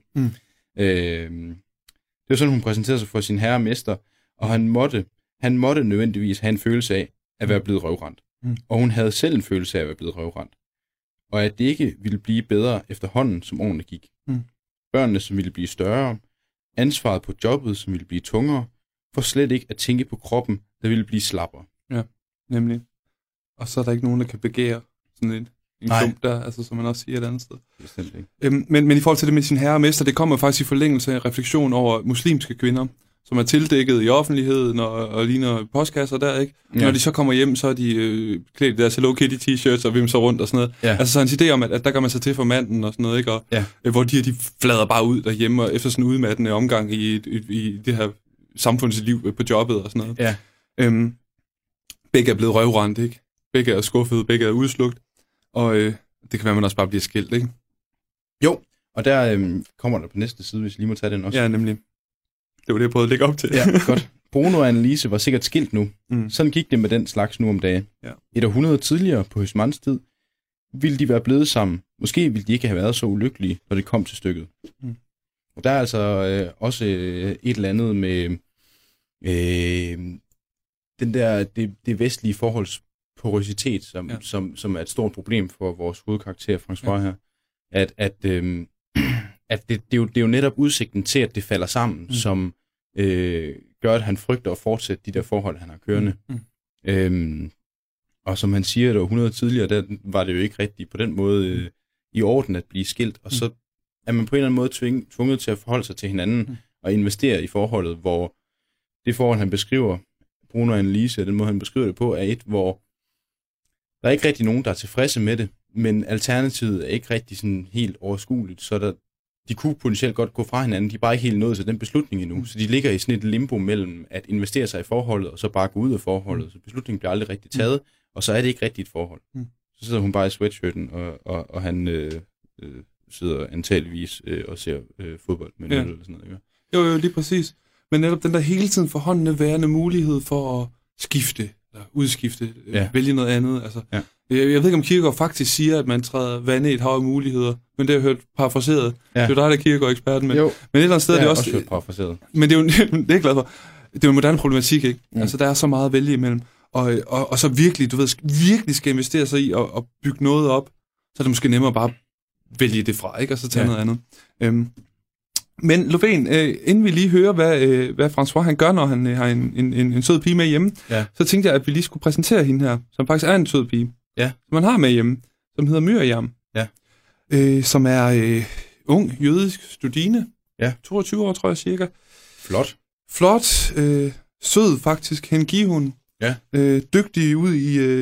Det var sådan, hun præsenterede sig for sin herre og mester, og han måtte nødvendigvis have en følelse af at være blevet røvrendt. Og hun havde selv en følelse af at være blevet røvrendt. Og at det ikke ville blive bedre efterhånden, som årene gik. børnene, som ville blive større, ansvaret på jobbet, som ville blive tungere, for slet ikke at tænke på kroppen, der ville blive slappere. Ja, nemlig. Og så er der ikke nogen, der kan begære sådan en klump der, altså som man også siger et andet sted. Bestemt ikke. Men i forhold til det med sin herre og mester, det kommer faktisk i forlængelse af en refleksion over muslimske kvinder, som er tildækket i offentligheden og ligner postkasser der, ikke? Ja. Når de så kommer hjem, så er de klædt i deres Hello Kitty t-shirts og vimser rundt og sådan noget. Ja. Altså så en idé om, at der gør man sig til for manden og sådan noget, ikke? Og, hvor de flader bare ud derhjemme og efter sådan en udmattende omgang i det her samfundsliv på jobbet og sådan noget. Ja. Begge er blevet røvrendt, ikke? Begge er skuffede, begge er udslugt. Og det kan være, at man også bare bliver skilt, ikke? Jo, og der kommer der på næste side, hvis I lige må tage den også. Ja, nemlig. Det var det, jeg prøvede at lægge op til. Ja, godt. Bruno og Annelise var sikkert skilt nu. Sådan gik det med den slags nu om dagen. Ja. Et århundrede tidligere på Høsmands tid ville de være blevet sammen. Måske ville de ikke have været så ulykkelige, når det kom til stykket. Og der er altså også et eller andet med den der, det vestlige forholds porøsitet, som er et stort problem for vores hovedkarakter, François her. At det er jo netop udsigten til, at det falder sammen, som gør, at han frygter at fortsætte de der forhold, han har kørende. Og som han siger, at 100 tidligere, der var det jo ikke rigtigt på den måde i orden at blive skilt, og så er man på en eller anden måde tvunget til at forholde sig til hinanden og investere i forholdet, hvor det forhold, han beskriver, Bruno og Annelise, og den måde, han beskriver det på, er et, hvor der er ikke rigtig nogen, der er tilfredse med det, men alternativet er ikke rigtig sådan helt overskueligt, så de kunne potentielt godt gå fra hinanden, de er bare ikke helt nået til den beslutning endnu, så de ligger i sådan et limbo mellem at investere sig i forholdet, og så bare gå ud af forholdet, så beslutningen bliver aldrig rigtig taget, og så er det ikke rigtigt et forhold. Så sidder hun bare i sweatshirten, og han sidder antageligvis og ser fodbold med noget eller sådan noget. Ikke? Jo, lige præcis. Men netop den der hele tiden forhåndende værende mulighed for at skifte, eller udskifte, vælge noget andet. Altså, jeg ved ikke, om Kierkegaard faktisk siger, at man træder vand i et hav af muligheder, men det har jeg hørt parafraseret. Det er jo dig, der er Kierkegaard-eksperten. Men et eller andet sted det er det også hørt parafraseret. Men det er jo det er jeg glad for. Det er jo en moderne problematik, ikke? Altså, der er så meget at vælge imellem. Og så virkelig, du ved, virkelig skal investere sig i at bygge noget op, så er det måske nemmere bare vælge det fra, ikke? Og så tage noget andet. Men Lovén, inden vi lige hører, hvad François han gør, når han har en sød pige med hjemme, så tænkte jeg, at vi lige skulle præsentere hende her, som faktisk er en sød pige, som man har med hjemme, som hedder Myriam, som er ung jødisk studine, 22 år, tror jeg cirka. Flot, sød faktisk, hengivende, dygtig ud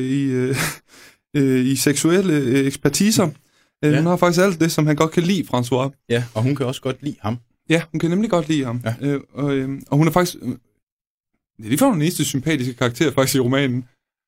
i seksuelle ekspertiser. Hun har faktisk alt det, som han godt kan lide, François. Ja, og hun kan også godt lide ham. Ja, hun kan nemlig godt lide ham. Ja. Og hun er faktisk... det er lige for den eneste sympatiske karakter faktisk i romanen.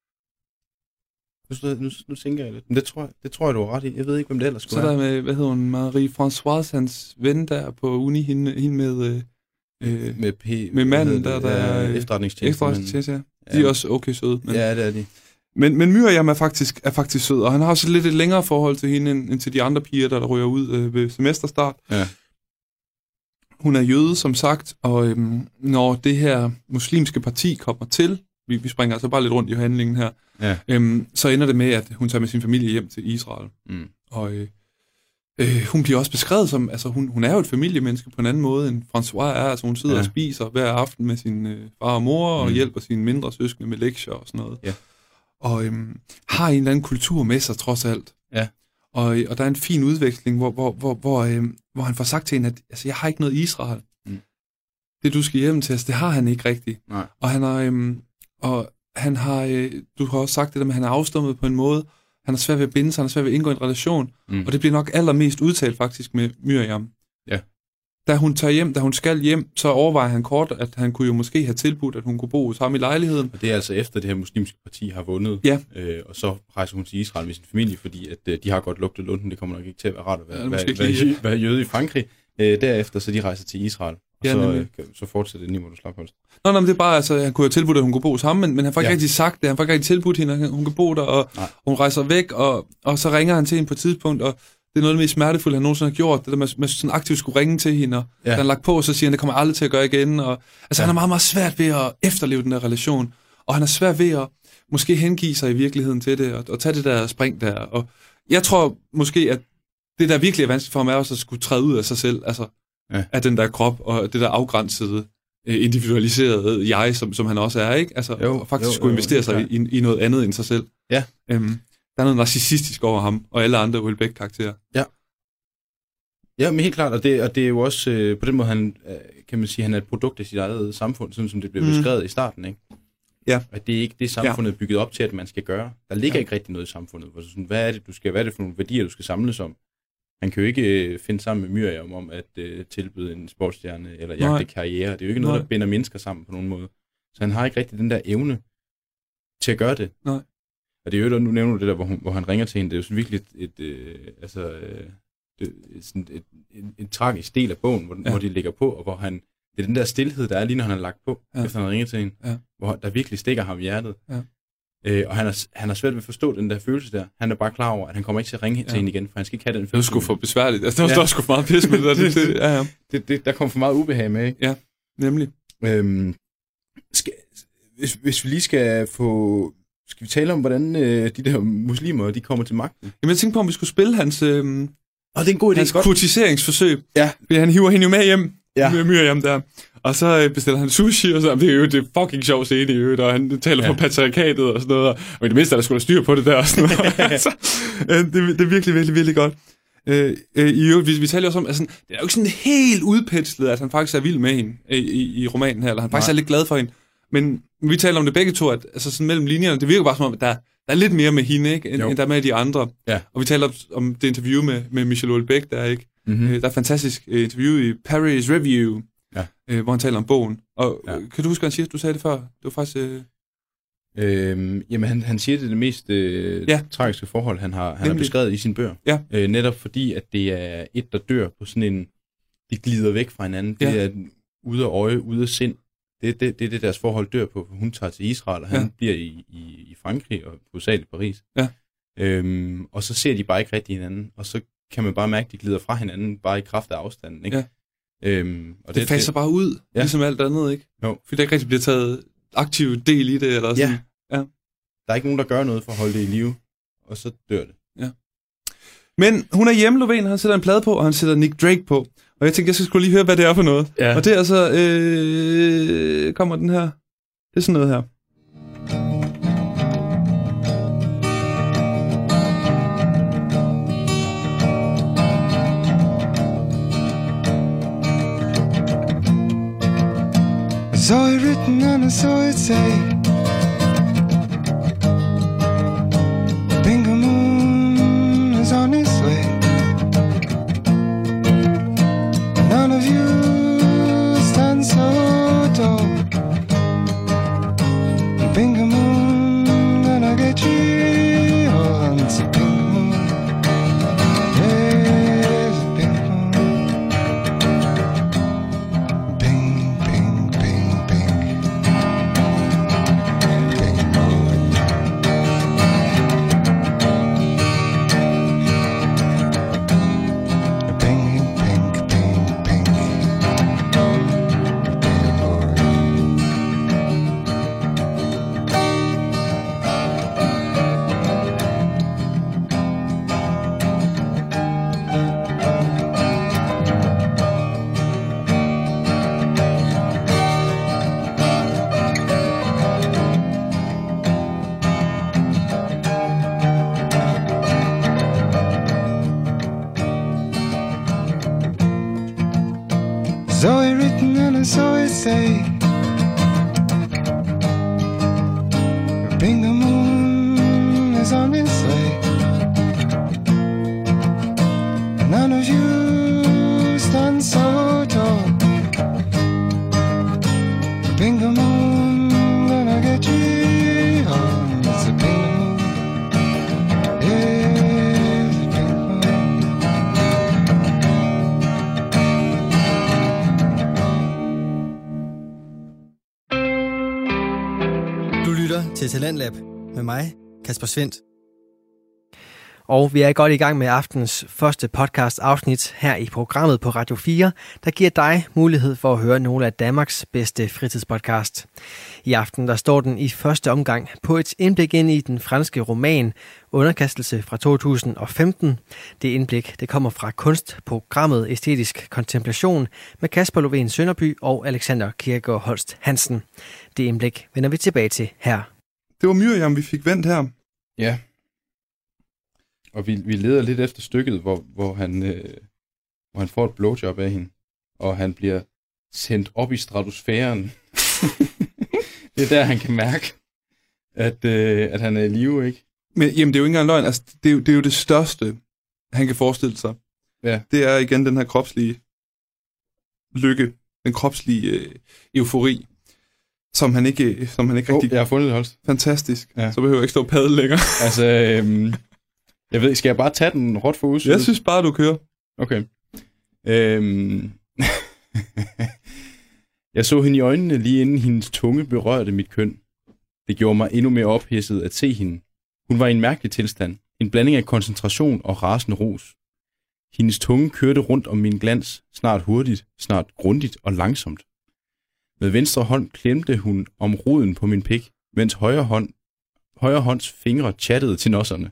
Nu tænker jeg lidt. Men det tror jeg, du har ret i. Jeg ved ikke, hvem det ellers skulle være. Så der med, hvad hedder hun, Marie-Françoise, hans ven der på uni, hende med manden, der er efterretningstjeneste. Ja. De er også okay søde. Men... Ja, det er de. Men Myriam er faktisk sød, og han har også lidt et længere forhold til hende, end til de andre piger, der ryger ud ved semesterstart. Ja. Hun er jøde, som sagt, og når det her muslimske parti kommer til, vi springer altså bare lidt rundt i handlingen her, så ender det med, at hun tager med sin familie hjem til Israel. Og hun bliver også beskrevet som, altså hun er jo et familiemenneske på en anden måde, end François er. Altså hun sidder og spiser hver aften med sin far og mor, og hjælper sine mindre søskende med lektier og sådan noget. Ja. Og har en eller anden kultur med sig, trods alt. Ja. Og der er en fin udveksling, hvor han får sagt til hende, at altså, jeg har ikke noget Israel. Det, du skal hjem til, altså, det har han ikke rigtigt. Nej. Og han har, du har også sagt det der med, at han er afstummet på en måde. Han er svær ved at binde sig, han er svær ved at indgå en relation. Og det bliver nok allermest udtalt faktisk med Myriam. Ja. Da hun tager hjem, da hun skal hjem, så overvejer han kort, at han kunne jo måske have tilbudt, at hun kunne bo hos ham i lejligheden. Og det er altså efter det her muslimske parti har vundet. Ja. Og så rejser hun til Israel med sin familie, fordi at de har godt lugtet lunden. Det kommer nok ikke til at være rart at være jøde i Frankrig. Derefter så de rejser til Israel. Og så fortsætter det, hvor du slap holst. Nå, men det er bare, altså, han kunne have tilbudt, at hun kunne bo hos ham, men han får ikke rigtig sagt det. Han får ikke rigtig tilbudt hende, at hun kan bo der, og hun rejser væk, og så ringer han til hende på et tidspunkt, og det er noget af det mest smertefulde, han nogensinde har gjort. Det der med sådan aktivt skulle ringe til hende, og da han lagt på, så siger han, det kommer aldrig til at gøre igen. Og, altså, han er meget, meget svært ved at efterleve den der relation, og han er svært ved at måske hengive sig i virkeligheden til det, og tage det der spring der. Og jeg tror måske, at det, der virkelig er vanskeligt for ham, er også at skulle træde ud af sig selv, altså af den der krop, og det der afgrænsede, individualiserede jeg, som han også er, ikke? Altså, og faktisk skulle investere sig i noget andet end sig selv. Ja. Der er noget narcissistisk over ham, og alle andre Houellebecq-karakterer. Ja. Ja, men helt klart, og det er jo også, på den måde, han, kan man sige, han er et produkt af sit eget samfund, sådan som det blev beskrevet i starten, ikke? Ja. At det er ikke det, samfundet er bygget op til, at man skal gøre. Der ligger ikke rigtig noget i samfundet. Sådan, hvad er det for nogle værdier, du skal samles om? Han kan jo ikke finde sammen med Miriam om at tilbyde en sportsstjerne eller jagte karriere. Det er jo ikke noget, der binder mennesker sammen på nogen måde. Så han har ikke rigtig den der evne til at gøre det. Nej. Og det er jo, nu nævner du det der, hvor han ringer til hende. Det er jo sådan virkelig en tragisk del af bogen, hvor de ligger på, og hvor han... Det er den der stilhed, der er lige når han har lagt på, efter han ringer til hende, hvor der virkelig stikker ham i hjertet. Ja. Og han har svært ved at forstå den der følelse der. Han er bare klar over, at han kommer ikke til at ringe til hende igen, for han skal ikke have den følelse. Det var sgu for besværligt. Altså, der var sgu for meget pis med det der. Der kom for meget ubehag med, ikke? Ja, nemlig. Hvis vi lige skal vi tale om, hvordan de der muslimer, de kommer til magten? Jamen, jeg tænkte på, om vi skulle spille hans... det er en god idé. Hans kurtiseringsforsøg. Ja. Fordi han hiver hende jo med hjem. Med Miriam der. Og så bestiller han sushi, og så det er jo det fucking sjov scene i øvrigt, og han taler for patriarkatet og sådan noget, og i det mindste er der skulle styr på det der og sådan noget. Så, det er virkelig, virkelig, virkelig godt. I øvrigt, vi taler også om, altså, det er jo ikke sådan helt udpenslet, at han faktisk er vild med hende i romanen her, eller han faktisk er lidt glad for hende. Men vi taler om det begge to, at altså, sådan mellem linjerne, det virker bare som om, at der er lidt mere med hende, ikke, end der er med de andre. Ja. Og vi taler om det interview med Michel Houellebecq, der er ikke. Der er et fantastisk interview i Paris Review, hvor han taler om bogen. Og kan du huske, hvad han siger? Du sagde det før. Det var faktisk... Jamen, han siger, det er det mest tragiske forhold, han har beskrevet i sin bøger. Ja. Netop fordi, at det er et, der dør på sådan en... De glider væk fra hinanden. Det er ude af øje, ude af sind. Det er det, deres forhold dør på. Hun tager til Israel, og han bliver i Frankrig, og hovedsageligt i Paris. Ja. Og så ser de bare ikke rigtig hinanden, og så kan man bare mærke, at de glider fra hinanden, bare i kraft af afstanden, ikke? Ja. Og det faser bare ud, ligesom alt andet, ikke? Jo. Fordi der ikke rigtig bliver taget aktiv del i det, eller sådan. Ja. Der er ikke nogen, der gør noget for at holde det i live, og så dør det. Ja. Men hun er hjemme, Lovén, han sætter en plade på, og han sætter Nick Drake på. Og jeg tænkte, jeg skulle lige høre, hvad det er for noget. Ja. Og det er altså, kommer den her, det er sådan noget her. I saw it written and I saw it say, Bingo Moon is on its way. None of you stand so tall. Bingo Moon, gonna get you on to Bingo Moon. Yes, Bingo Moon. Bing, bing, bing, bing. Bingo Moon. Bing, bing, bing, bing. Bingo Moon. Saw it written and I saw it say, Bingo Moon is on its way. None of you stand so tall. Bingo Moon, gonna get you on. It's a Bingo Moon. Yes, Bingo Moon. Du lytter til Talentlab med mig, Kasper Svendt. Og vi er godt i gang med aftens første podcast afsnit her i programmet på Radio 4, der giver dig mulighed for at høre nogle af Danmarks bedste fritidspodcast. I aften der står den i første omgang på et indblik ind i den franske roman Underkastelse fra 2015. Det indblik det kommer fra kunstprogrammet Æstetisk Kontemplation med Kasper Lovén Sønderby og Alexander Kirkegaard Holst Hansen. Det indblik vender vi tilbage til her. Det var Miriam, vi fik vendt her. Ja. Og vi leder lidt efter stykket, hvor han får et blowjob af hende, og han bliver sendt op i stratosfæren. Det er der, han kan mærke, at han er i live, ikke? Men jamen, det er jo ikke engang løgn. Altså, det er jo det største, han kan forestille sig. Ja. Det er igen den her kropslige lykke, den kropslige eufori, som han ikke rigtig... Jeg har fundet det, Holst. Fantastisk. Ja. Så behøver jeg ikke stå og padle længere. Altså, jeg ved, skal jeg bare tage den råt for udsyn? Jeg synes bare, du kører. Okay. Jeg så hende i øjnene, lige inden hendes tunge berørte mit køn. Det gjorde mig endnu mere ophidset at se hende. Hun var i en mærkelig tilstand. En blanding af koncentration og rasende ros. Hendes tunge kørte rundt om min glans, snart hurtigt, snart grundigt og langsomt. Med venstre hånd klemte hun om roden på min pik, mens højre hånds fingre chattede til nosserne.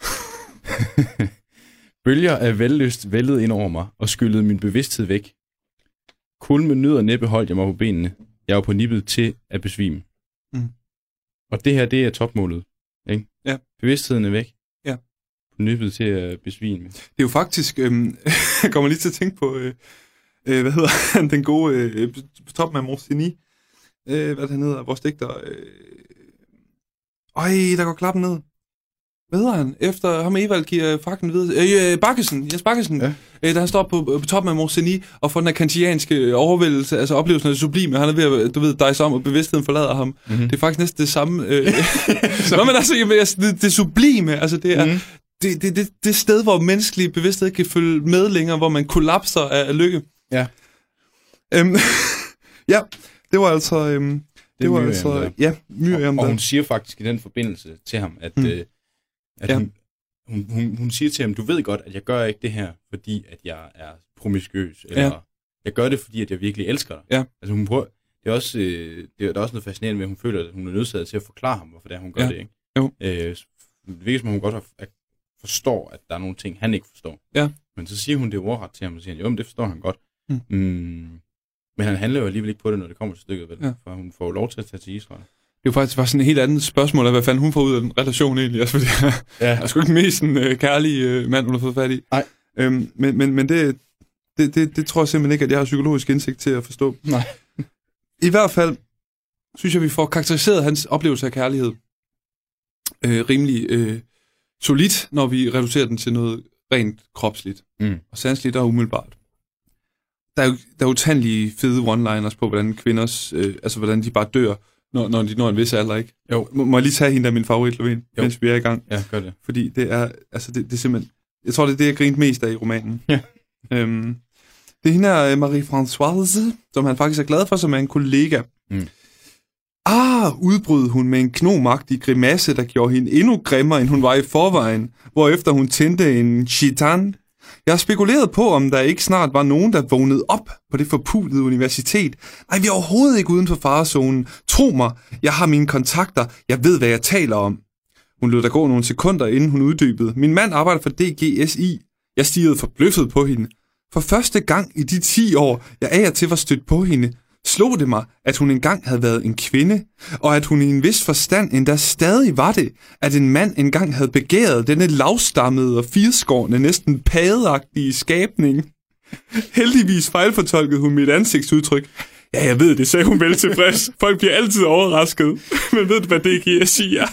Bølger af vellyst vældede ind over mig og skyllede min bevidsthed væk. Kun med nød og næppe holdt jeg mig på benene. Jeg var på nippet til at besvime. Mm. Og det her, det er topmålet. Ikke? Ja. Bevidstheden er væk. Ja. På nippet til at besvime. Det er jo faktisk, jeg kommer lige til at tænke på, hvad hedder han, den gode, på toppen af Morsigny, hvad han hedder, vores digter, der går klappen ned. Hvad hedder han? Efter ham Evald giver frakken videre. Jens Bakkesen. Ja. Da han står på toppen af Morsigny og får den her kantianske overvældelse, altså oplevelsen af det sublime. Han er ved at dejse om, og bevidstheden forlader ham. Mm-hmm. Det er faktisk næsten det samme. Nå, men altså, det sublime, altså det er det sted, hvor menneskelig bevidsthed kan følge med længere, hvor man kollapser af lykke. Ja. Ja, det var altså... det var altså... Ja, Miriam. Og hun siger faktisk i den forbindelse til ham, at... Hun siger til ham, du ved godt, at jeg gør ikke det her, fordi at jeg er promiskuøs, eller jeg gør det, fordi at jeg virkelig elsker dig. Ja. Altså hun prøver, det er også noget fascinerende med, at hun føler, at hun er nødsaget til at forklare ham, hvorfor det er, hun gør det, ikke? Jo. Det virker som, hun godt forstår, at der er nogle ting, han ikke forstår. Ja. Men så siger hun det ordret til ham, og siger, jo, men det forstår han godt. Men han handler jo alligevel ikke på det, når det kommer til stykket, vel? Ja. For hun får lov til at tage til Israel. Det er jo faktisk bare sådan et helt andet spørgsmål af, hvad fanden hun får ud af den relation egentlig. Altså, fordi jeg er sgu ikke den mest kærlige mand, hun har fået fat i. Nej. Men det tror jeg simpelthen ikke, at jeg har psykologisk indsigt til at forstå. Nej. I hvert fald synes jeg, vi får karakteriseret hans oplevelse af kærlighed rimelig solidt, når vi reducerer den til noget rent kropsligt og sanseligt og umiddelbart. Der er utallige fede one-liners på, hvordan kvinders, altså hvordan de bare dør, når de når en vis alder, ikke? Jo. Må jeg lige tage hende af min favorit, Lovén, mens vi er i gang? Ja, gør det. Fordi det er, altså det er simpelthen, jeg tror, det er det, jeg grinte mest af i romanen. Ja. Det er hende her, Marie-Françoise, som han faktisk er glad for, som er en kollega. Udbrød hun med en knomagtig grimasse, der gjorde hende endnu grimmere, end hun var i forvejen, hvorefter hun tændte en chitan. Jeg har spekuleret på, om der ikke snart var nogen, der vågnede op på det forpulede universitet. Nej, vi er overhovedet ikke uden for farezonen. Tro mig, jeg har mine kontakter. Jeg ved, hvad jeg taler om. Hun lod der gå nogle sekunder, inden hun uddybede. Min mand arbejder for DGSI. Jeg stirrede forbløffet på hende. For første gang i de 10 år, jeg af og til var stødt på hende, slog det mig, at hun engang havde været en kvinde, og at hun i en vis forstand endda stadig var det, at en mand engang havde begæret denne lavstammede og firskårne, næsten padagtige skabning. Heldigvis fejlfortolkede hun mit ansigtsudtryk. Ja, jeg ved det, sagde hun vel tilfreds. Folk bliver altid overrasket. Men ved du, hvad det giver, siger?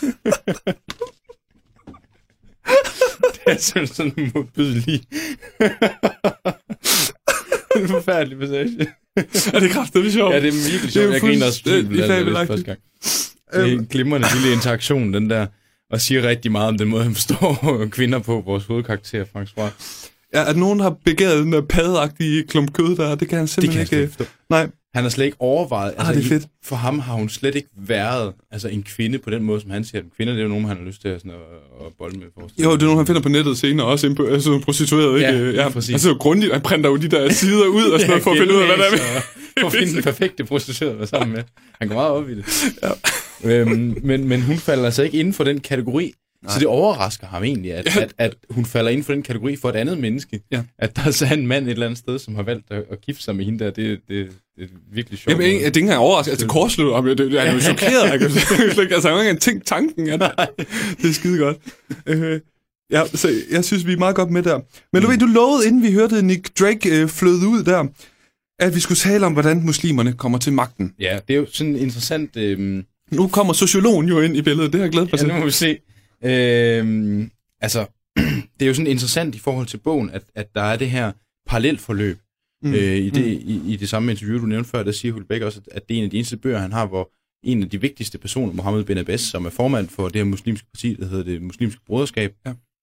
Det er sådan en modbydelig. Det er en forfærdelig passage. Er det kraftedeme sjovt? Ja, det er virkelig sjovt. Jeg griner også første gang. Det er en glimrende lille interaktion, den der, og siger rigtig meget om den måde, han forstår kvinder på, vores hovedkarakter, Frank Sproul. Ja, at nogen har begæret den der paddeagtige klump kød der, det kan han simpelthen ikke. Nej. Han har slet ikke overvejet. Altså, det er fedt. For ham har hun slet ikke været en kvinde på den måde, som han siger. Kvinder, det er jo nogen, han har lyst til at bolle med. Jo, det er nogen, han finder på nettet senere, også prostitueret, ikke? Ja, præcis. Altså grundigt, han printer jo de der sider ud og sådan noget, for at finde ud af, hvad der er. For at finde den perfekte prostituerede at være sammen med. Han går meget op i det. Ja. Men hun falder altså ikke inden for den kategori. Nej. Så det overrasker ham egentlig, at hun falder inden for den kategori for et andet menneske. Ja. At der er så en mand et eller andet sted, som har valgt at gifte sig med hende der. Det er virkelig sjovt. Jamen, det er ikke engang overrasket. Altså, kortslut om det. Jeg er jo chokeret. Altså, jeg har ikke engang tænkt tanken. Det er skide godt. Ja, så jeg synes, vi er meget godt med der. Men du lovede, inden vi hørte Nick Drake fløde ud der, at vi skulle tale om, hvordan muslimerne kommer til magten. Ja, det er jo sådan interessant... Nu kommer sociologen jo ind i billedet. Det har jeg glædet mig til. Ja, nu må vi se. Altså, det er jo sådan interessant i forhold til bogen, at der er det her parallelforløb. I det samme interview, du nævnte før, der siger Houellebecq også, at det er en af de eneste bøger, han har, hvor en af de vigtigste personer, Mohammed Ben Abbas, som er formand for det her muslimske parti, der hedder det Muslimske Broderskab,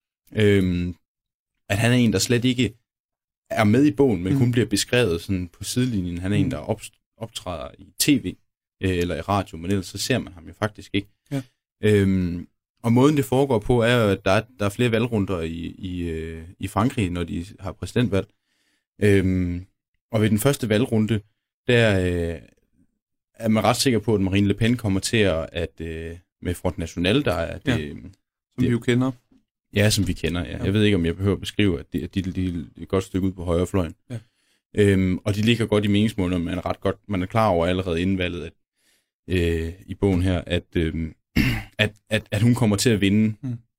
at han er en, der slet ikke er med i bogen, men kun bliver beskrevet sådan på sidelinjen. Han er en, der optræder i tv eller i radio, men ellers så ser man ham jo faktisk ikke. Ja. Og måden det foregår på, er jo, at der er flere valgrunder i Frankrig, når de har præsidentvalg. Og ved den første valgrunde, der er man ret sikker på, at Marine Le Pen kommer til at med Front National, der er det... Som vi jo kender. Ja, som vi kender, ja. Jeg ved ikke, om jeg behøver at beskrive, at de er et godt stykke ud på højrefløjen. Ja. Og de ligger godt i meningsmålene, man er klar over allerede inden valget, i bogen her, at hun kommer til at vinde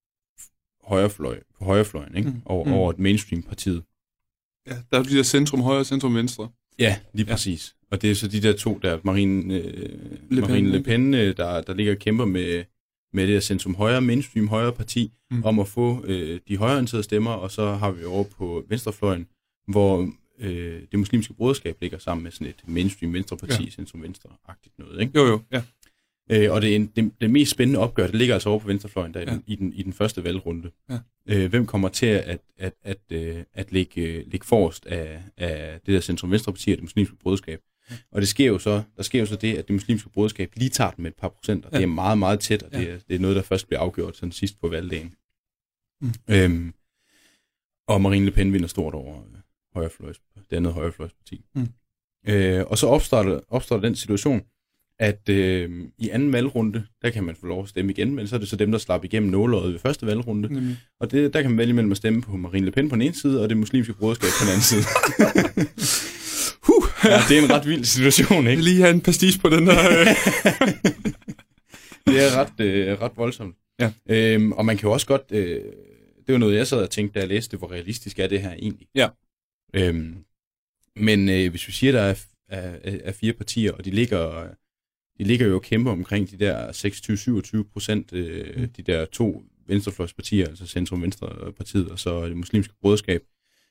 på højrefløjen, ikke? Over et mainstream-partiet. Ja, der er de der centrum højre og centrum venstre. Ja, lige præcis. Og det er så de der to, der Marine Le Pen, der ligger og kæmper med det der centrum højre, mainstream højre parti, om at få de højreorienterede stemmer, og så har vi over på venstrefløjen, hvor det muslimske broderskab ligger sammen med sådan et mainstream venstreparti, centrum venstre-agtigt noget, ikke? Jo, ja. Og det mest spændende opgør, det ligger altså over på venstrefløjen der i den første valgrunde. Ja. Hvem kommer til at ligge forrest af det der centrum-venstre-parti og det muslimske broderskab? Ja. Og der sker jo så det, at det muslimske broderskab lige tager den med et par procenter. Ja. Det er meget, meget tæt, og det er noget, der først bliver afgjort sådan sidst på valgdagen. Og Marine Le Pen vinder stort over det andet højrefløjsparti. Og så opstår den situation, at i anden valgrunde, der kan man få lov at stemme igen, men så er det så dem, der slap igennem nåleøjet ved første valgrunde. Og der kan man vælge mellem at stemme på Marine Le Pen på den ene side, og det muslimske broderskab på den anden side. Ja, det er en ret vild situation, ikke? Lige have en pastiche på den der. Det er ret voldsomt. Ja. Og man kan jo også godt... det var noget, jeg sad og tænkte, da jeg læste, hvor realistisk er det her egentlig. Ja. Men hvis vi siger, der er 4 partier, og de ligger jo og kæmper omkring de der 26-27%, de der 2 venstrefløjspartier, altså centrum-venstre-partiet, og så det muslimske broderskab.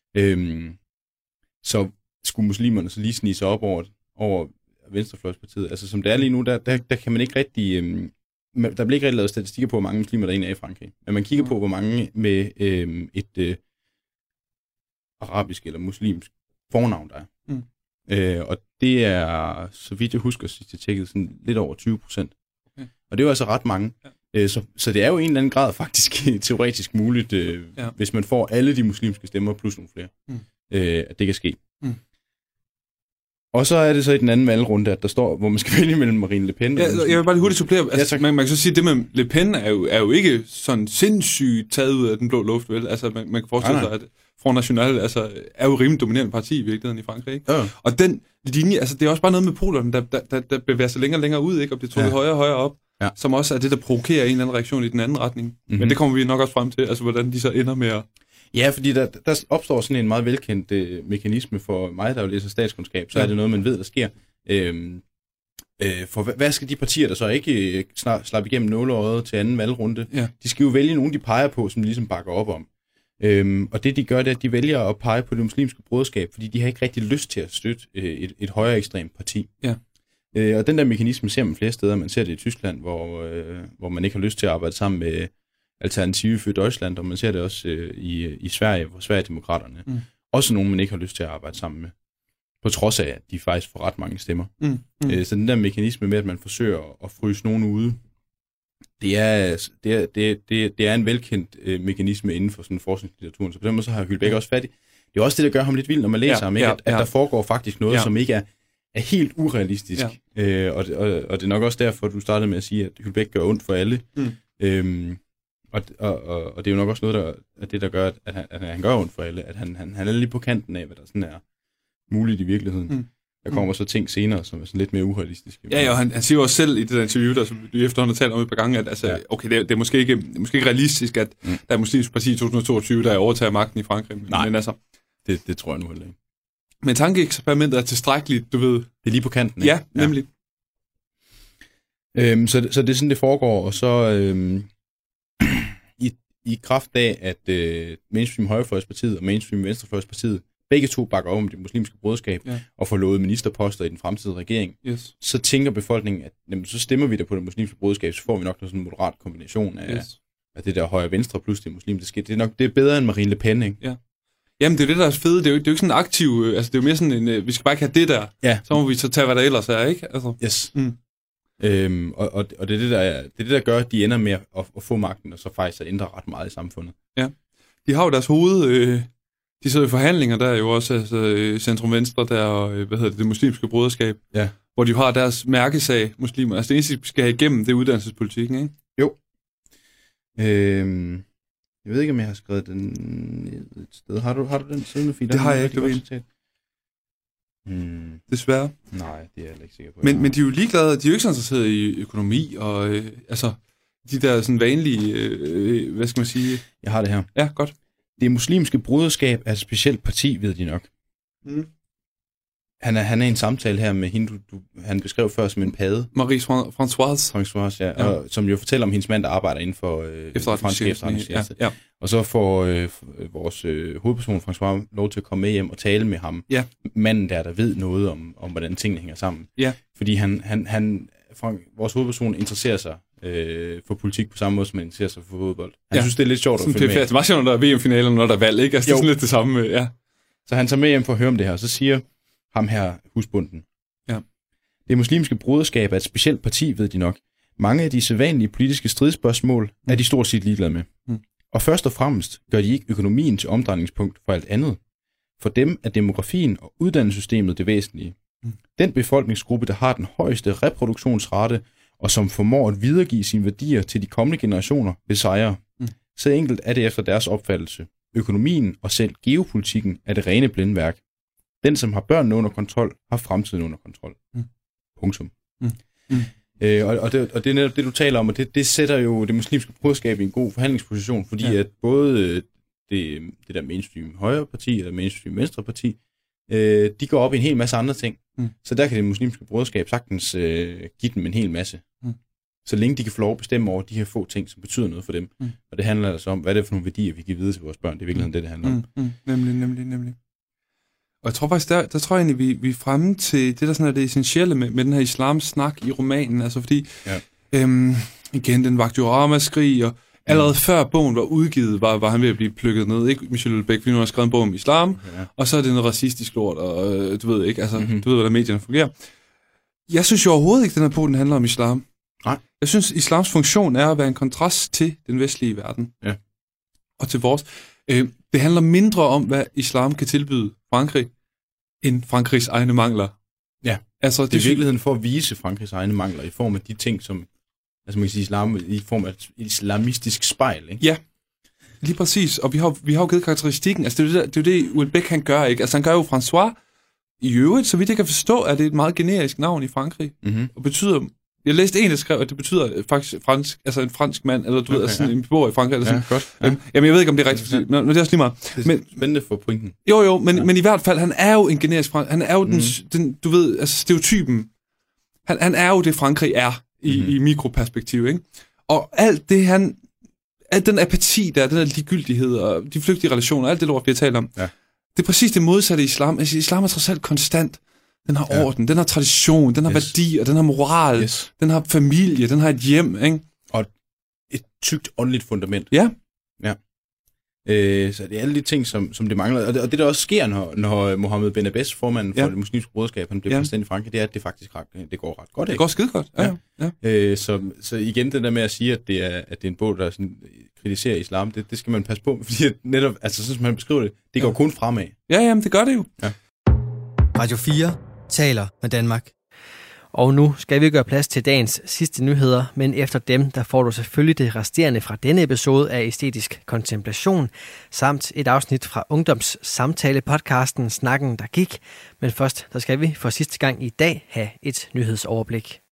Så skulle muslimerne så lige snige sig op over venstrefløjspartiet. Altså som det er lige nu, der kan man ikke rigtig... der bliver ikke rigtig lavet statistikker på, hvor mange muslimer der er i Frankrig. Men man kigger på, hvor mange med et arabisk eller muslimsk fornavn, der er. Og det er, så vidt jeg husker sidst jeg tjekkede, sådan lidt over 20%. Okay. Og det er jo altså ret mange. Ja. Så det er jo i en eller anden grad faktisk teoretisk muligt, hvis man får alle de muslimske stemmer plus nogle flere, at det kan ske. Og så er det så i den anden valgrunde, at der står, hvor man skal vælge mellem Marine Le Pen. Ja, jeg vil bare lige hurtigt supplere. Altså, man kan så sige, at det med Le Pen er jo ikke sådan sindssygt taget ud af den blå luft, vel? Altså, man kan forestille sig, at Front National er jo rimelig dominerende parti i virkeligheden i Frankrig, ikke? Ja. Og den linje, altså det er også bare noget med polerne, der bevæger sig længere og længere ud, ikke? Og bliver trukket højere og højere op, som også er det, der provokerer en eller anden reaktion i den anden retning. Men det kommer vi nok også frem til, altså hvordan de så ender med at... Ja, fordi der opstår sådan en meget velkendt mekanisme for mig, der jo læser statskundskab, så er det noget, man ved, der sker. For hvad skal de partier, der så ikke slap igennem nåleøjet til anden valgrunde, de skal jo vælge nogen, de peger på, som de ligesom bakker op om. Og det de gør, det er, at de vælger at pege på det muslimske broderskab, fordi de har ikke rigtig lyst til at støtte et højere ekstremt parti. Ja. Og den der mekanisme ser man flere steder. Man ser det i Tyskland, hvor man ikke har lyst til at arbejde sammen Alternative für Deutschland, og man ser det også i Sverige, hvor Sverigedemokraterne også nogen, man ikke har lyst til at arbejde sammen med. På trods af, at de faktisk får ret mange stemmer. Så den der mekanisme med, at man forsøger at fryse nogen ude, det er en velkendt mekanisme inden for sådan forskningslitteraturen. Så på den måde så har Hylbæk også fat i. Det er også det, der gør ham lidt vild, når man læser ham, ikke? At der foregår faktisk noget, som ikke er helt urealistisk. Ja. Og det er nok også derfor, du startede med at sige, at Hylbæk gør ondt for alle. Og det er jo nok også noget, der gør, at han gør ondt for alle. At han er lige på kanten af, hvad der sådan er muligt i virkeligheden. Der kommer så ting senere, som er sådan lidt mere urealistiske. Ja, og han siger jo også selv i det der interview, der som vi efterhånden har talt om et par gange, at altså, okay, det er måske ikke realistisk, at der er muslimsk parti i 2022, der overtager magten i Frankrig. Men altså, det tror jeg nu heller ikke. Men tankeeksperimentet er tilstrækkeligt, du ved. Det er lige på kanten, ikke? Ja, nemlig. Så det er sådan, det foregår, og så i kraft af, at mainstream højrefløjspartiet og mainstream venstrefløjspartiet begge to bakker op om det muslimske broderskab og får lovet ministerposter i den fremtidige regering, så tænker befolkningen, at jamen, så stemmer vi da på det muslimske broderskab, så får vi nok sådan en moderat kombination af det der højre-venstre plus det muslim. Det er bedre end Marine Le Pen, ikke? Ja. Jamen, det er det, der er fede. Det er jo ikke sådan en aktiv... Altså, det er jo mere sådan en... vi skal bare ikke have det der. Ja. Så må vi så tage, hvad der ellers er, ikke? Altså. Yes. Og det er det, der gør, at de ender med at få magten, og så faktisk at ændre ret meget i samfundet. Ja. De har jo deres hoved... de sidder i forhandlinger, der er jo også altså, centrum-venstre, der og, det muslimske broderskab, hvor de har deres mærkesag, muslimer. Altså det eneste, de skal have igennem, det er uddannelsespolitikken, ikke? Jo. Jeg ved ikke, om jeg har skrevet den ned et sted. Har du den siden, Fie? Det har jeg ikke, du ved. Desværre. Nej, det er jeg ikke sikker på. Men de er jo ligeglade, de er jo ikke så interesserede i økonomi, og altså de der sådan vanlige, hvad skal man sige? Jeg har det her. Ja, godt. Det muslimske broderskab er et specielt parti, ved de nok. Han er i en samtale her med hende, han beskrev før som en padde. Marie Françoise. Ja. Og, som jo fortæller om hendes mand, der arbejder inden for fransk efterretningstjeneste. Ja. Og så får vores hovedperson, François, lov til at komme med hjem og tale med ham. Ja. Manden der ved noget om hvordan tingene hænger sammen. Ja. Fordi vores hovedperson interesserer sig for politik på samme måde, som han interesserer sig for fodbold. Han synes, det er lidt sjovt at følge med. Det er meget sjovt, når der er VM-finaler, når der er valg, ikke? Altså, det er sådan lidt det samme, ja. Så han tager med hjem for at høre om det her, og så siger ham her husbunden. Ja. Det muslimske broderskab er et specielt parti, ved de nok. Mange af de sædvanlige politiske stridsspørgsmål er de stort set ligeglade med. Og først og fremmest gør de ikke økonomien til omdrejningspunkt for alt andet. For dem er demografien og uddannelsessystemet det væsentlige. Den befolkningsgruppe, der har den højeste reproduktionsrate, og som formår at videregive sine værdier til de kommende generationer, vil sejre. Så enkelt er det efter deres opfattelse. Økonomien og selv geopolitikken er det rene blindværk. Den, som har børnene under kontrol, har fremtiden under kontrol. Punktum. Og det er netop det, du taler om, og det sætter jo det muslimske broderskab i en god forhandlingsposition, fordi at både det der mainstream højre parti og mainstream venstre parti, de går op i en hel masse andre ting. Så der kan det muslimske broderskab sagtens give dem en hel masse. Så længe de kan få lov at bestemme over de her få ting, som betyder noget for dem. Og det handler altså om, hvad det er for nogle værdier, vi giver videre til vores børn. Det er virkelig det handler om. Nemlig. Og jeg tror faktisk, der tror jeg egentlig, vi er fremme til det, der sådan er det essentielle med den her islams-snak i romanen. Altså fordi, igen, den vagte jo ramaskrig, og allerede før bogen var udgivet, var han ved at blive plukket ned. Ikke Michel Houellebecq, fordi nu har skrevet en bog om islam, og så er det noget racistisk lort, og du ved ikke, altså, du ved, hvordan medierne fungerer. Jeg synes jo overhovedet ikke, den her bog, den handler om islam. Nej. Jeg synes, islams funktion er at være en kontrast til den vestlige verden. Ja. Og til vores. Det handler mindre om, hvad islam kan tilbyde Frankrig, end Frankrigs egne mangler. Ja, altså, det er i virkeligheden for at vise Frankrigs egne mangler i form af de ting, som altså man kan sige islam i form af et islamistisk spejl, ikke? Ja, lige præcis. Og vi har jo givet karakteristikken. Altså det er jo det, Houellebecq han gør, ikke? Altså han gør jo François i øvrigt, så vidt jeg kan forstå, at det er et meget generisk navn i Frankrig. Og betyder... Jeg læste en, der skrev, at det betyder faktisk fransk, altså en fransk mand, eller du ved, sådan en beboer i Frankrig. Eller sådan. Godt. Jamen, jeg ved ikke, om det er rigtigt, men det er også lige meget. Det er spændende for pointen. Jo, men i hvert fald, han er jo en generisk fransk, han er jo den, du ved, altså stereotypen. Han er jo det, Frankrig er i mikroperspektiv, ikke? Og alt det, al den apati der, den der ligegyldighed, og de flygtige relationer, alt det lort, vi har talt om, det er præcis det modsatte i islam. Altså, islam er trods alt konstant. Den har orden, den har tradition, den har værdier, den har moral, den har familie, den har et hjem, ikke? et tykt åndeligt fundament. Ja. Så det er alle de ting, som det mangler. Og det der også sker, når Mohammed Ben Abbas, formanden for det muslimske broderskab, han bliver præsident i Frankrig, det er, at det faktisk det går ret godt. Det går skide godt. Ja. Så igen det der med at sige, at det er en bog, der sådan kritiserer islam, det skal man passe på, fordi netop, altså sådan som man beskriver det går kun fremad. Ja, jamen det gør det jo. Ja. Radio 4 taler med Danmark. Og nu skal vi gøre plads til dagens sidste nyheder, men efter dem, der får du selvfølgelig det resterende fra denne episode af Æstetisk Kontemplation, samt et afsnit fra ungdomssamtale-podcasten Snakken, der gik. Men først, der skal vi for sidste gang i dag have et nyhedsoverblik.